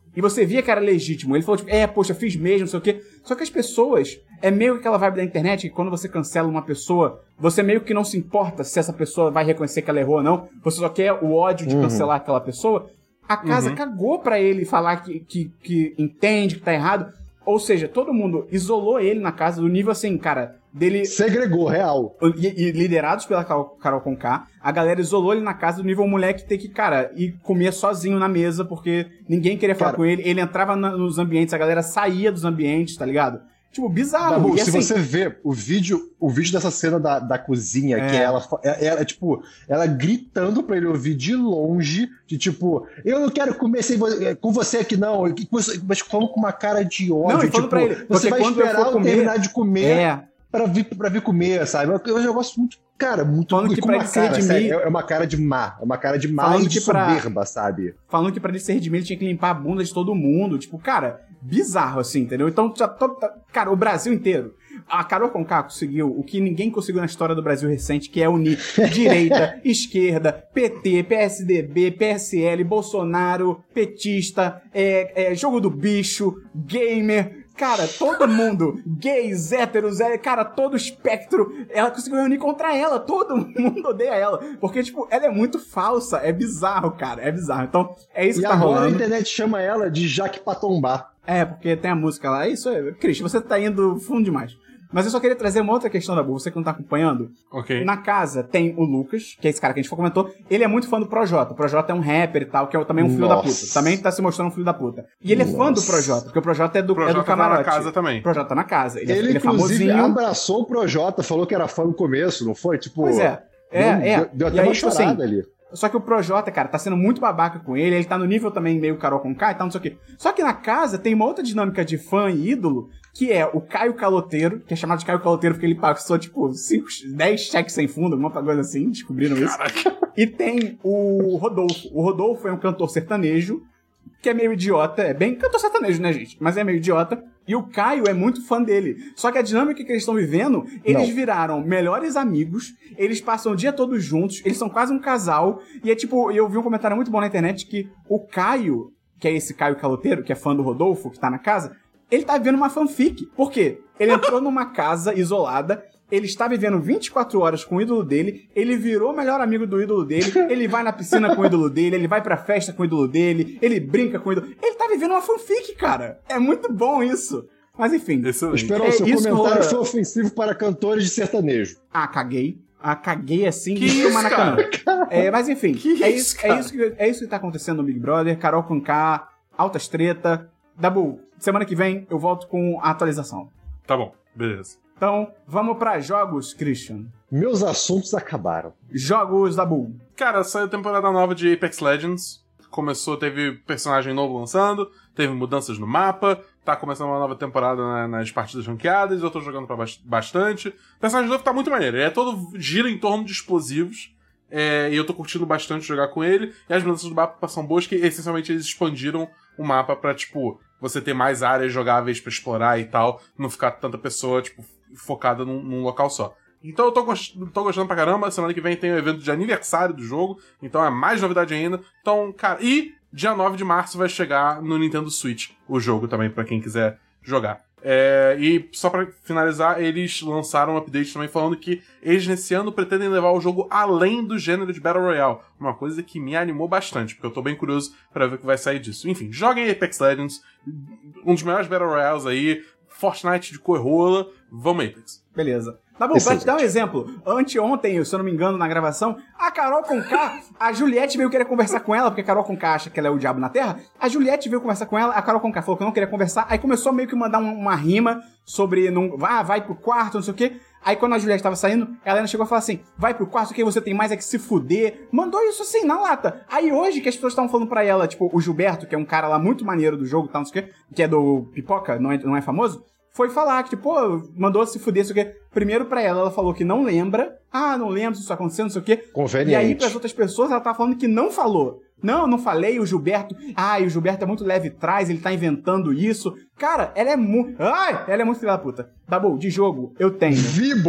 E você via que era legítimo. Ele falou, tipo, é, poxa, fiz mesmo, não sei o quê. Só que as pessoas, é meio que aquela vibe da internet, que quando você cancela uma pessoa, você meio que não se importa se essa pessoa vai reconhecer que ela errou ou não. Você só quer o ódio de uhum. cancelar aquela pessoa. A casa uhum. cagou pra ele falar que, que, que entende que tá errado. Ou seja, todo mundo isolou ele na casa do nível assim, cara, dele... Segregou, real. E, e liderados pela Carol Conká, a galera isolou ele na casa do nível moleque ter que, cara, ir comer sozinho na mesa, porque ninguém queria falar cara, com ele. Ele entrava na, nos ambientes, a galera saía dos ambientes, tá ligado? Tipo, bizarro. Dabu, e, se assim, você vê o vídeo, o vídeo dessa cena da, da cozinha, é. que é ela, é, é, tipo, ela gritando pra ele ouvir de longe, de tipo, eu não quero comer sem vo- com você aqui não, mas falando com uma cara de ódio, não, tipo, pra ele, você vai esperar eu comer, terminar de comer é. pra, vir, pra vir comer, sabe? Eu, eu gosto muito, cara, muito... Falando que pra ele se redimir... É uma cara de má, é uma cara de má e de soberba, pra, sabe? Falando que pra ele se redimir, ele tinha que limpar a bunda de todo mundo, tipo, cara... Bizarro, assim, entendeu? Então, já tô, cara, o Brasil inteiro. A Carol Conká conseguiu o que ninguém conseguiu na história do Brasil recente, que é unir direita, esquerda, P T, P S D B, P S L, Bolsonaro, petista, é, é, jogo do bicho, gamer... Cara, todo mundo, gays, héteros, é, cara, todo espectro, ela conseguiu reunir contra ela, todo mundo odeia ela, porque, tipo, ela é muito falsa, é bizarro, cara, é bizarro, então, é isso e que tá rolando. E agora a internet chama ela de Jaque Patombá. É, porque tem a música lá, isso é, Cristian, você tá indo fundo demais. Mas eu só queria trazer uma outra questão da Bull, você que não tá acompanhando. Ok. Na casa tem o Lucas, que é esse cara que a gente comentou. Ele é muito fã do Projota. O Projota é um rapper e tal, que é também um filho Nossa. da puta. Também tá se mostrando um filho da puta. E ele é fã do Projota, porque o Projota é do, Projota é do camarote. Tá na casa também. O Projota tá na casa. Ele, ele, é, ele é inclusive, famosinho. abraçou o Projota, falou que era fã no começo, não foi? Tipo, pois é. É, deu, é. Deu, deu até e aí, uma tipo chorada assim, ali. Só que o Projota, cara, tá sendo muito babaca com ele, ele tá no nível também meio Carol Conká e tal, não sei o quê. Só que na casa tem uma outra dinâmica de fã e ídolo, que é o Caio Caloteiro, que é chamado de Caio Caloteiro porque ele passou, tipo, cinco, dez cheques sem fundo, alguma coisa assim, descobriram isso. Caraca. E tem o Rodolfo. O Rodolfo é um cantor sertanejo, que é meio idiota, é bem cantor sertanejo, né, gente? Mas é meio idiota. E o Caio é muito fã dele. Só que a dinâmica que eles estão vivendo, eles Não. viraram melhores amigos, eles passam o dia todo juntos, eles são quase um casal. E é tipo, eu vi um comentário muito bom na internet que o Caio, que é esse Caio Caloteiro, que é fã do Rodolfo, que tá na casa, ele tá vivendo uma fanfic. Por quê? Ele entrou numa casa isolada, ele está vivendo vinte e quatro horas com o ídolo dele, ele virou o melhor amigo do ídolo dele, ele vai na piscina com o ídolo dele, ele vai pra festa com o ídolo dele, ele brinca com o ídolo... Ele tá vivendo uma fanfic, cara. É muito bom isso. Mas enfim. Esperou, é seu comentário que... foi ofensivo para cantores de sertanejo. Ah, caguei. Ah, caguei assim. Que isso, cara? É, mas enfim, que é, isso, isso, é, isso que, é isso que tá acontecendo no Big Brother. Carol Conká, altas treta. Dabu, semana que vem eu volto com a atualização. Tá bom, beleza. Então, vamos pra jogos, Christian. Meus assuntos acabaram. Jogos da Bull. Cara, saiu a temporada nova de Apex Legends. Começou, teve personagem novo lançando, teve mudanças no mapa, tá começando uma nova temporada na, nas partidas ranqueadas, eu tô jogando pra bastante. O personagem novo tá muito maneiro, ele é todo, gira em torno de explosivos, é, e eu tô curtindo bastante jogar com ele, e as mudanças do mapa são boas, que essencialmente eles expandiram o mapa pra, tipo, você ter mais áreas jogáveis pra explorar e tal, não ficar tanta pessoa, tipo, focada num, num local só. Então eu tô, gost... tô gostando pra caramba. Semana que vem tem o evento de aniversário do jogo, então é mais novidade ainda. Então, cara, e dia nove de março vai chegar no Nintendo Switch o jogo também, pra quem quiser jogar. É... E só pra finalizar, eles lançaram um update também falando que eles nesse ano pretendem levar o jogo além do gênero de Battle Royale. Uma coisa que me animou bastante, porque eu tô bem curioso pra ver o que vai sair disso. Enfim, joguem Apex Legends, um dos melhores Battle Royales aí, Fortnite de cor rola, vamos Apex. Beleza. Tá bom, pra te dar um exemplo, anteontem, se eu não me engano, na gravação, a Carol Conká, a Juliette veio querer conversar com ela, porque a Carol Conká acha que ela é o diabo na Terra, a Juliette veio conversar com ela, a Carol Conká falou que não queria conversar, aí começou meio que mandar uma, uma rima sobre, não, ah, vai pro quarto, não sei o quê, aí quando a Juliette tava saindo, ela ainda chegou a falar assim, vai pro quarto, o que você tem mais é que se fuder, mandou isso assim, na lata. Aí hoje, que as pessoas estavam falando pra ela, tipo, o Gilberto, que é um cara lá muito maneiro do jogo, tal, não sei o quê, que é do Pipoca, não é, não é famoso, foi falar que, tipo, pô, mandou se fuder, não sei o quê. Primeiro pra ela, ela falou que não lembra. Ah, não lembro se isso aconteceu, não sei o quê. Conveniente. E aí, pras outras pessoas, ela tá falando que não falou. Não, não falei, o Gilberto... Ai, o Gilberto é muito leve trás, ele tá inventando isso. Cara, ela é muito... Ai, ela é muito filha da puta. Dabu, de jogo, eu tenho... Víbora!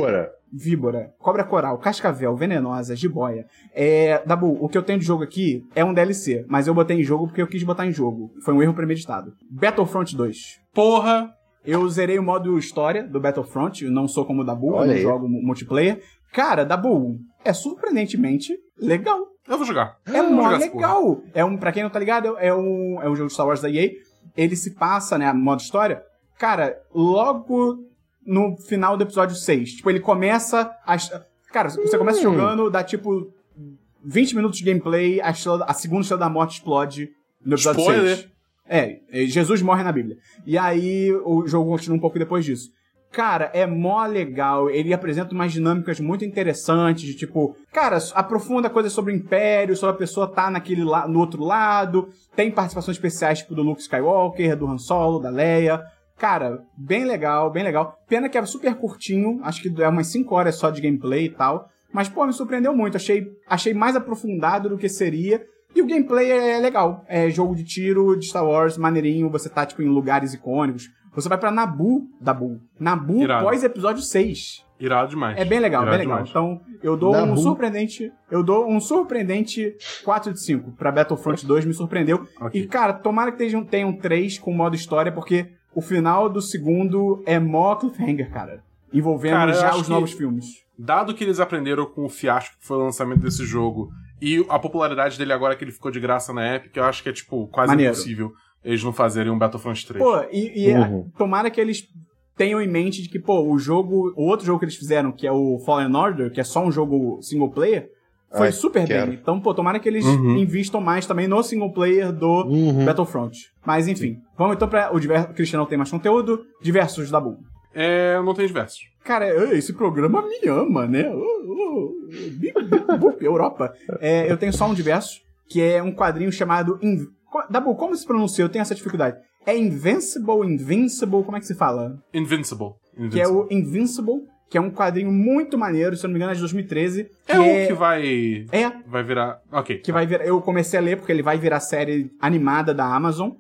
víbora, cobra coral, cascavel, venenosa, jiboia. É, Dabu, o que eu tenho de jogo aqui é um D L C, mas eu botei em jogo porque eu quis botar em jogo. Foi um erro premeditado. Battlefront dois. Porra! Eu zerei o modo história do Battlefront, eu não sou como o Dabu, Olha eu não aí. jogo multiplayer. Cara, Dabu, é surpreendentemente legal. Eu vou jogar. É Eu vou mó jogar essa porra. legal. É um, pra quem não tá ligado, é um, é um jogo de Star Wars da E A. Ele se passa, né, modo história. Cara, logo no final do episódio seis. Tipo, ele começa... A, cara, você começa Hum. jogando, dá tipo vinte minutos de gameplay, a, estrela, a segunda estrela da morte explode no episódio Spoiler. seis. É, Jesus morre na Bíblia. E aí o jogo continua um pouco depois disso. Cara, é mó legal. Ele apresenta umas dinâmicas muito interessantes, de tipo, cara, aprofunda coisas sobre o Império, sobre a pessoa tá naquele la- no outro lado. Tem participações especiais, tipo, do Luke Skywalker, do Han Solo, da Leia. Cara, bem legal, bem legal. Pena que é super curtinho, acho que é umas cinco horas só de gameplay e tal. Mas, pô, me surpreendeu muito. Achei, achei mais aprofundado do que seria. E o gameplay é legal. É jogo de tiro de Star Wars, maneirinho. Você tá, tipo, em lugares icônicos. Você vai pra Naboo, Dabu. Naboo Irado. pós episódio seis. Irado demais. É bem legal, Irado bem legal. demais. Então, eu dou um Naboo. surpreendente... Eu dou um surpreendente quatro de cinco pra Battlefront dois. Me surpreendeu. Ok. E, cara, tomara que tenham, tenham três com modo história, porque o final do segundo é mó cliffhanger, cara. Envolvendo Cara, eu já acho os que- novos filmes. Dado que eles aprenderam com o fiasco que foi o lançamento desse jogo e a popularidade dele agora que ele ficou de graça na Epic, eu acho que é, tipo, quase Maneiro. impossível eles não fazerem um Battlefront três. Pô, e, e Uhum. tomara que eles tenham em mente de que, pô, o jogo, o outro jogo que eles fizeram, que é o Fallen Order, que é só um jogo single player, foi Ai, super quero. bem. Então, pô, tomara que eles Uhum. invistam mais também no single player do Uhum. Battlefront. Mas, enfim, vamos então pra o diver... Cristiano tem mais conteúdo, diversos da Boom. É, não tem diversos. Cara, esse programa me ama, né? Uh, uh, bip, bip, bup, Europa. É, eu tenho só um diverso, que é um quadrinho chamado... In... Dabu, como se pronuncia? Eu tenho essa dificuldade. É Invincible, Invincible, como é que se fala? Invincible. Invincible. Que é o Invincible, que é um quadrinho muito maneiro, se eu não me engano é de dois mil e treze. É o que vai... É, Vai virar... Ok. que vai virar... Eu comecei a ler porque ele vai virar série animada da Amazon.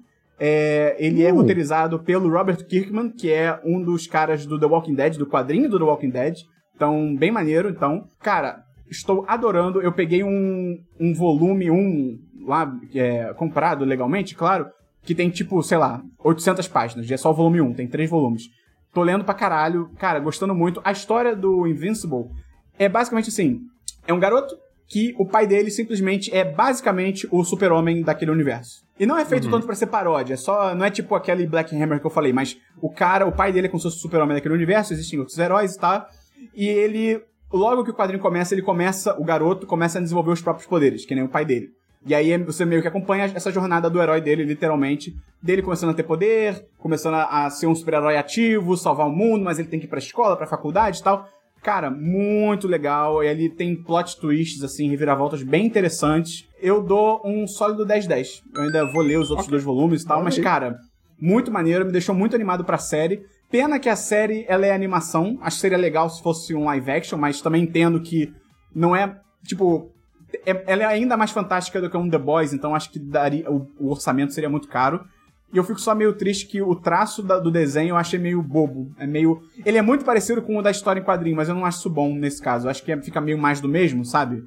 É, ele é Uh. roteirizado pelo Robert Kirkman, que é um dos caras do The Walking Dead, do quadrinho do The Walking Dead. Então, bem maneiro. Então, cara, estou adorando. Eu peguei um, um volume, um lá, é, comprado legalmente, claro, que tem tipo, sei lá, oitocentas páginas. É só o volume um, tem três volumes. Tô lendo pra caralho, cara, gostando muito. A história do Invincible é basicamente assim, é um garoto que o pai dele simplesmente é basicamente o super-homem daquele universo. E não é feito Uhum. tanto pra ser paródia, é só, não é tipo aquele Black Hammer que eu falei, mas o cara, o pai dele é como se fosse o super-homem daquele universo, existem outros heróis e tal, e ele, logo que o quadrinho começa, ele começa, o garoto começa a desenvolver os próprios poderes, que nem o pai dele. E aí você meio que acompanha essa jornada do herói dele, literalmente, dele começando a ter poder, começando a, a ser um super-herói ativo, salvar o mundo, mas ele tem que ir pra escola, pra faculdade e tal. Cara, muito legal. E ali tem plot twists, assim, reviravoltas bem interessantes. Eu dou um sólido dez de dez. Eu ainda vou ler os outros Ok. dois volumes e tal, Olha mas, aí. cara, muito maneiro. Me deixou muito animado pra série. Pena que a série, ela é animação. Acho que seria legal se fosse um live action, mas também entendo que não é, tipo... é- ela é ainda mais fantástica do que um The Boys, então acho que daria, o, o orçamento seria muito caro. E eu fico só meio triste que o traço da- do desenho eu achei meio bobo. É meio... Ele é muito parecido com o da história em quadrinho, mas eu não acho isso bom nesse caso. Eu acho que é- fica meio mais do mesmo, sabe?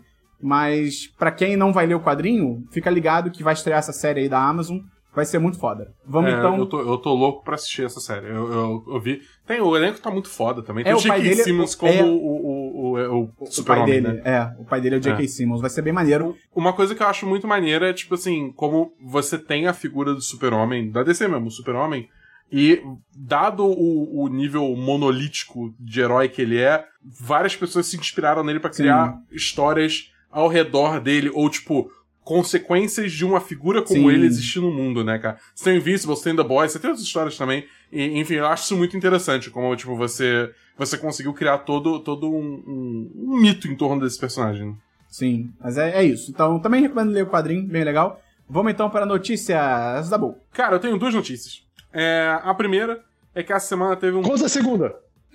Mas pra quem não vai ler o quadrinho, fica ligado que vai estrear essa série aí da Amazon. Vai ser muito foda. Vamos É, então... eu, tô, eu tô louco pra assistir essa série. Eu, eu, eu vi. Tem, o elenco tá muito foda também. Tem É, o o pai J K dele- Simmons como é- o, o, o, o, o O pai super-homem, dele, né? é. O pai dele é o J K. É. Simmons. Vai ser bem maneiro. Uma coisa que eu acho muito maneira é, tipo assim, como você tem a figura do super-homem, da D C mesmo, o super-homem, e dado o, o nível monolítico de herói que ele é, várias pessoas se inspiraram nele pra criar histórias ao redor dele, ou tipo, consequências de uma figura como Sim. ele existir no mundo, né, cara? Você tem Invincible, você tem The Boys, você tem outras histórias também, e, enfim, eu acho isso muito interessante, como, tipo, você, você conseguiu criar todo, todo um, um, um mito em torno desse personagem. Sim, mas é, é isso. Então, também recomendo ler o quadrinho, bem legal. Vamos então para notícias da boa. Cara, eu tenho duas notícias. É, a primeira é que essa semana teve um... Conta a segunda.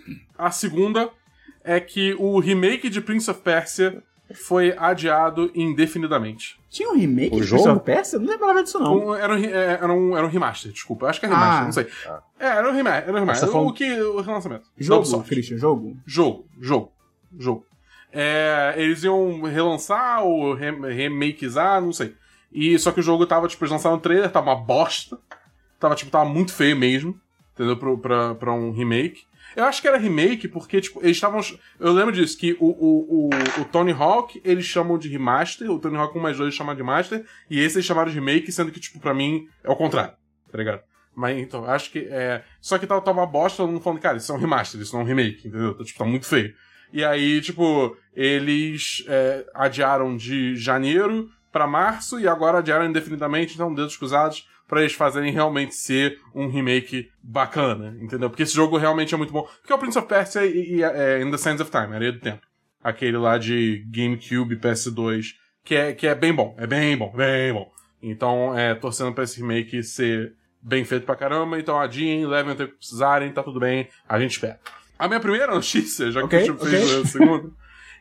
A segunda é que o remake de Prince of Persia foi adiado indefinidamente. Tinha um remake O de jogo? Prince of Persia? Eu não lembrava disso, não. Um- era, um, re- é, era, um, era um remaster, desculpa. Eu acho que é remaster, Ah. não sei. É, era um remaster. Era um Mas remaster. tá falando- O que... O relançamento. Da Jogo, Ubisoft. Christian, jogo. Jogo, jogo. o jogo. É, eles iam relançar ou re- remakeizar, não sei. E, só que o jogo tava, tipo, eles lançaram um trailer, tava uma bosta. Tava, tipo, tava muito feio mesmo, entendeu? Pra, pra, pra um remake. Eu acho que era remake porque, tipo, eles estavam... Eu lembro disso, que o, o, o, o Tony Hawk, eles chamam de remaster, o Tony Hawk um mais dois eles chamam de master, e esse eles chamaram de remake, sendo que, tipo, pra mim, é o contrário, tá ligado? Mas, então, eu acho que é... Só que tava, tava uma bosta, todo mundo falando, cara, isso é um remaster, isso não é um remake, entendeu? Tipo, tá muito feio. E aí, tipo, eles é, adiaram de janeiro pra março, e agora adiaram indefinidamente, então, dedos cruzados, pra eles fazerem realmente ser um remake bacana, entendeu? Porque esse jogo realmente é muito bom. Porque é o Prince of Persia e, e é, In the Sands of Time, Areia do Tempo. Aquele lá de GameCube, P S dois, que é, que é bem bom, é bem bom, bem bom. Então, é, torcendo pra esse remake ser bem feito pra caramba, então adiem, levem o tempo que precisarem, tá tudo bem, a gente espera. A minha primeira notícia, já que okay, a gente fez okay. a segunda,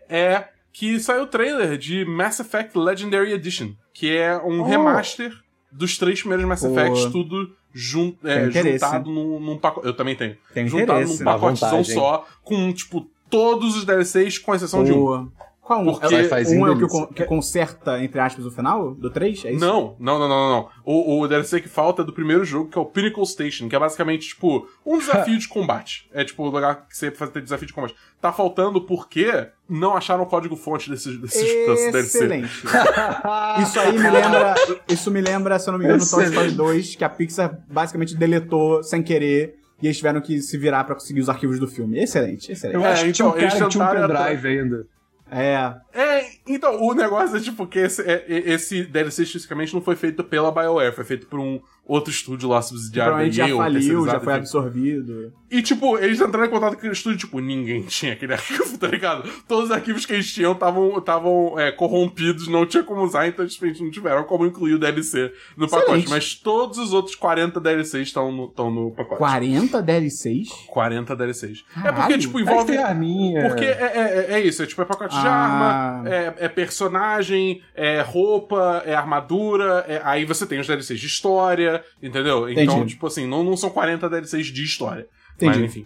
é que saiu o trailer de Mass Effect Legendary Edition, que é um oh. remaster dos três primeiros Mass Pô. Effects, tudo jun é, juntado num, num pacote. Eu também tenho. Tem juntado interesse. num pacotezão só, com, tipo, todos os D L Cs, com exceção Pô. de um. Qual um? Porque um é o que, con que conserta, entre aspas, o final do três? É isso? Não, não, não, não, não. O, o D L C que falta é do primeiro jogo, que é o Pinnacle Station, que é basicamente, tipo, um desafio de combate. É, tipo, o lugar que você fazer desafio de combate. Tá faltando porque não acharam o código-fonte desses, desses, desses D L C. Excelente. Isso aí me lembra, isso me lembra, se eu não me engano, no Toy Story dois, que a Pixar basicamente deletou sem querer e eles tiveram que se virar pra conseguir os arquivos do filme. Excelente, excelente. Eu acho é, que tinha um então, cara que tinha um tentaram pendrive ainda. É. É, então, o negócio é tipo que esse, é, esse D L C especificamente não foi feito pela BioWare, foi feito por um outro estúdio lá subsidiário da E A. Provavelmente já faliu, já foi enfim. absorvido. E, tipo, eles entraram em contato com o estúdio, tipo, ninguém tinha aquele arquivo, tá ligado? Todos os arquivos que eles tinham estavam é, corrompidos, não tinha como usar, então eles simplesmente não tiveram como incluir o D L C no Excelente. pacote. Mas todos os outros quarenta D L Cs estão no, estão no pacote. quarenta D L Cs? quarenta D L Cs. Caralho. É porque, tipo, envolve... É arminha. Porque é, é, é isso, é tipo, é pacote Ah. de arma, é, é personagem, é roupa, é armadura, é... aí você tem os D L Cs de história, entendeu? Então, Entendi. tipo assim, não, não são quarenta D L Cs de história. Entendi. Mas, enfim.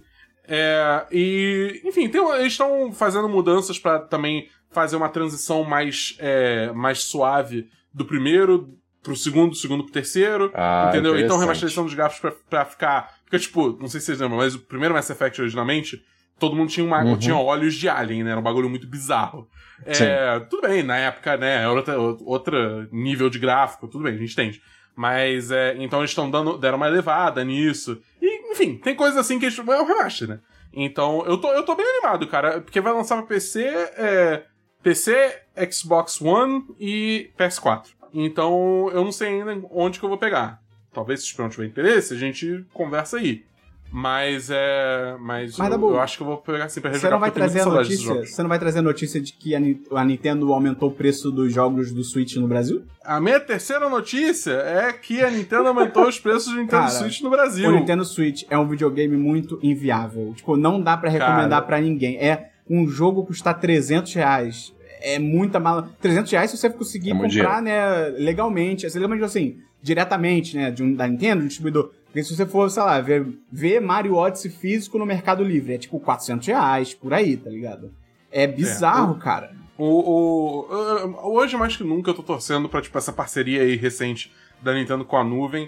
É, e, enfim, tem, eles estão fazendo mudanças pra também fazer uma transição mais, é, mais suave do primeiro pro segundo, do segundo pro terceiro, Ah, entendeu? Então, interessante. remasterização dos gráficos pra, pra ficar... Porque, tipo, não sei se vocês lembram, mas o primeiro Mass Effect originalmente, todo mundo tinha, uma, Uhum. tinha olhos de alien, né? Era um bagulho muito bizarro. É, tudo bem, na época, né? Era outra, outro nível de gráfico, tudo bem, a gente entende. Mas, é, então eles estão dando, deram uma elevada nisso. E, enfim, tem coisas assim que eles, é um remaster, né? Então, eu tô, eu tô bem animado, cara, porque vai lançar pra P C, é, P C, Xbox One e P S quatro. Então, eu não sei ainda onde que eu vou pegar. Talvez, se não tiver interesse, a gente conversa aí. Mas é. Mas, Mas, eu, Dabu, eu acho que eu vou pegar assim pra Você rejogar. não vai porque eu tenho trazer a muita saudade desses notícia? jogos. Você não vai trazer a notícia de que a, Ni- a Nintendo aumentou o preço dos jogos do Switch no Brasil? A minha terceira notícia é que a Nintendo aumentou os preços do Nintendo Cara, Switch no Brasil. O Nintendo Switch é um videogame muito inviável. Tipo, não dá pra recomendar Cara. pra ninguém. É um jogo custar trezentos reais. É muita mala. trezentos reais se você conseguir É muito comprar, né, legalmente. Assim, legalmente, assim, diretamente, né, de um, da Nintendo, do distribuidor. Porque se você for, sei lá, ver, ver Mario Odyssey físico no Mercado Livre, é tipo quatrocentos reais, por aí, tá ligado? É bizarro, É, o- cara. O, o- uh, hoje, mais que nunca, eu tô torcendo pra, tipo, essa parceria aí recente da Nintendo com a nuvem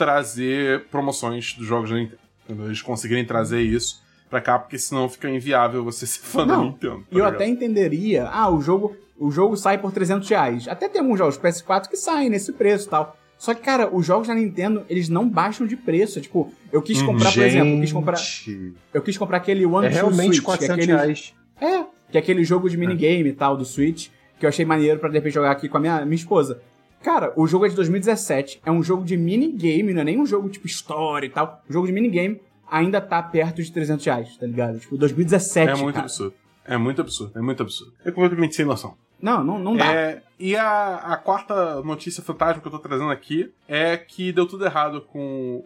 trazer promoções dos jogos da Nintendo. Entendeu? Eles conseguirem trazer isso pra cá, porque senão fica inviável você ser fã da Não, Nintendo. tá E eu ligado? até entenderia, ah, o jogo, o jogo sai por trezentos reais. Até tem alguns jogos P S quatro que saem nesse preço e tal. Só que, cara, os jogos da Nintendo, eles não baixam de preço. Tipo, eu quis comprar, por exemplo, eu quis comprar, eu quis comprar aquele One É to realmente Switch, quatrocentos que é aquele, reais. É, que é aquele jogo de minigame e tal, do Switch, que eu achei maneiro pra de repente jogar aqui com a minha, minha esposa. Cara, o jogo é de dois mil e dezessete, é um jogo de minigame, não é nem um jogo tipo história e tal. Um jogo de minigame ainda tá perto de trezentos reais, tá ligado? Tipo, dois mil e dezessete, É muito cara. absurdo. É muito absurdo, é muito absurdo. É completamente sem noção. Não, não, não dá. É, e a, a quarta notícia fantasma que eu tô trazendo aqui é que deu tudo errado com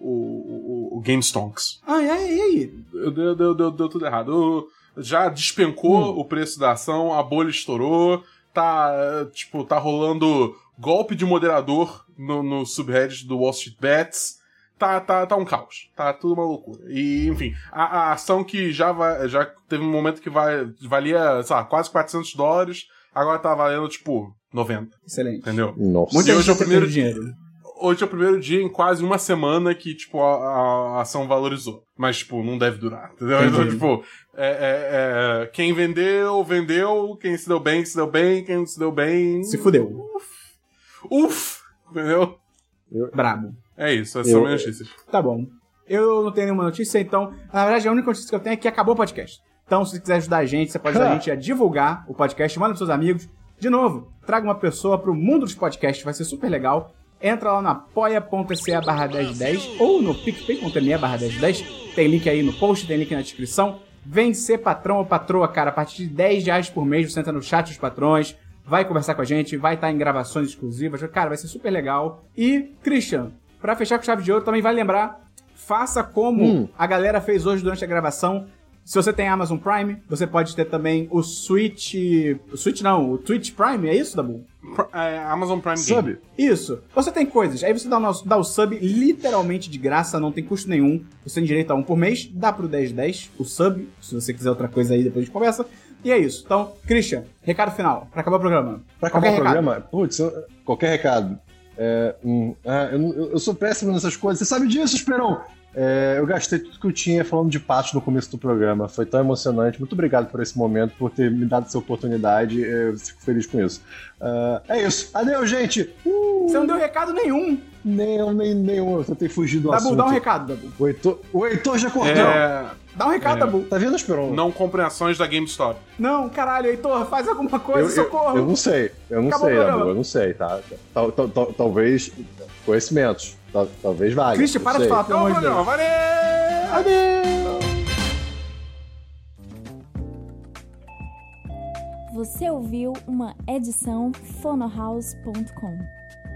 o, o, o GameStonks. Ah, e aí? E aí? Deu, deu, deu, deu tudo errado. O- Já despencou Hum. o preço da ação, a bolha estourou, tá, eh, tipo, tá rolando golpe de moderador no, no subreddit do Wall Street Bets, tá, tá, tá um caos. Tá tudo uma loucura. E, enfim, a, a ação que já, vai, já teve um momento que vai, valia, sei lá, quase quatrocentos dólares, agora tá valendo, tipo, noventa. Excelente. Entendeu? Nossa. Muita E gente hoje é o tá primeiro perdendo dinheiro. Hoje é o primeiro dia em quase uma semana que, tipo, a, a ação valorizou. Mas, tipo, não deve durar, entendeu? Entendi. Então, tipo, é, é, é, quem vendeu, vendeu. Quem se deu bem, se deu bem. Quem não se deu bem... Se fudeu. Uf! Uf! Entendeu? Brabo. É isso, essas Eu- são minhas notícias. Tá bom. Eu não tenho nenhuma notícia, então... Na verdade, a única notícia que eu tenho é que acabou o podcast. Então, se você quiser ajudar a gente, você pode ajudar a gente a divulgar o podcast, manda pros seus amigos. De novo, traga uma pessoa pro mundo dos podcasts, vai ser super legal. Entra lá no apoia.se barra dez dez ou no picpay.me barra dez dez. Tem link aí no post, tem link na descrição. Vem ser patrão ou patroa, cara. A partir de dez reais por mês, você entra no chat dos patrões, vai conversar com a gente, vai estar em gravações exclusivas. Cara, vai ser super legal. E, Christian, pra fechar com chave de ouro, também vai lembrar, faça como Hum. a galera fez hoje durante a gravação. Se você tem Amazon Prime, você pode ter também o Switch... O Switch não, o Twitch Prime, é isso, Dabu? Pr- é, Amazon Prime Game. Sabe? Isso. Você tem coisas. Aí você dá o, nosso, dá o sub literalmente de graça, não tem custo nenhum. Você tem direito a um por mês. Dá pro dez dez o sub. Se você quiser outra coisa aí, depois a gente conversa. E é isso. Então, Christian, recado final. Pra acabar o programa. Pra acabar Qualquer o recado. programa, putz, eu- qualquer recado. É, hum, ah, eu, não- eu- eu sou péssimo nessas coisas. Você sabe disso, Esperão? É, eu gastei tudo que eu tinha falando de patos no começo do programa. Foi tão emocionante. Muito obrigado por esse momento, por ter me dado essa oportunidade. Eu fico feliz com isso. Ah, é isso. Adeus, gente. Uh, Você não deu recado nenhum. nem, nem, nenhum. Eu tentei fugir do Dabu, assunto. dá um recado, Dabu. O Heitor, o Heitor já cortou. É, Dá um recado, É. Dabu. Tá vendo, Esperão? não comprem ações da GameStop. Não, caralho, Heitor, faz alguma Eu, coisa, eu, socorro. eu não sei, eu não Acabou o sei, programa. amor, eu não sei, tá? Tal- tal- tal- talvez conhecimentos, tal- talvez valha. Christian, não para de sei. falar, pelo Acabou amor o de Deus. programa, valeu! Adeus. Você ouviu uma edição fonohouse ponto com.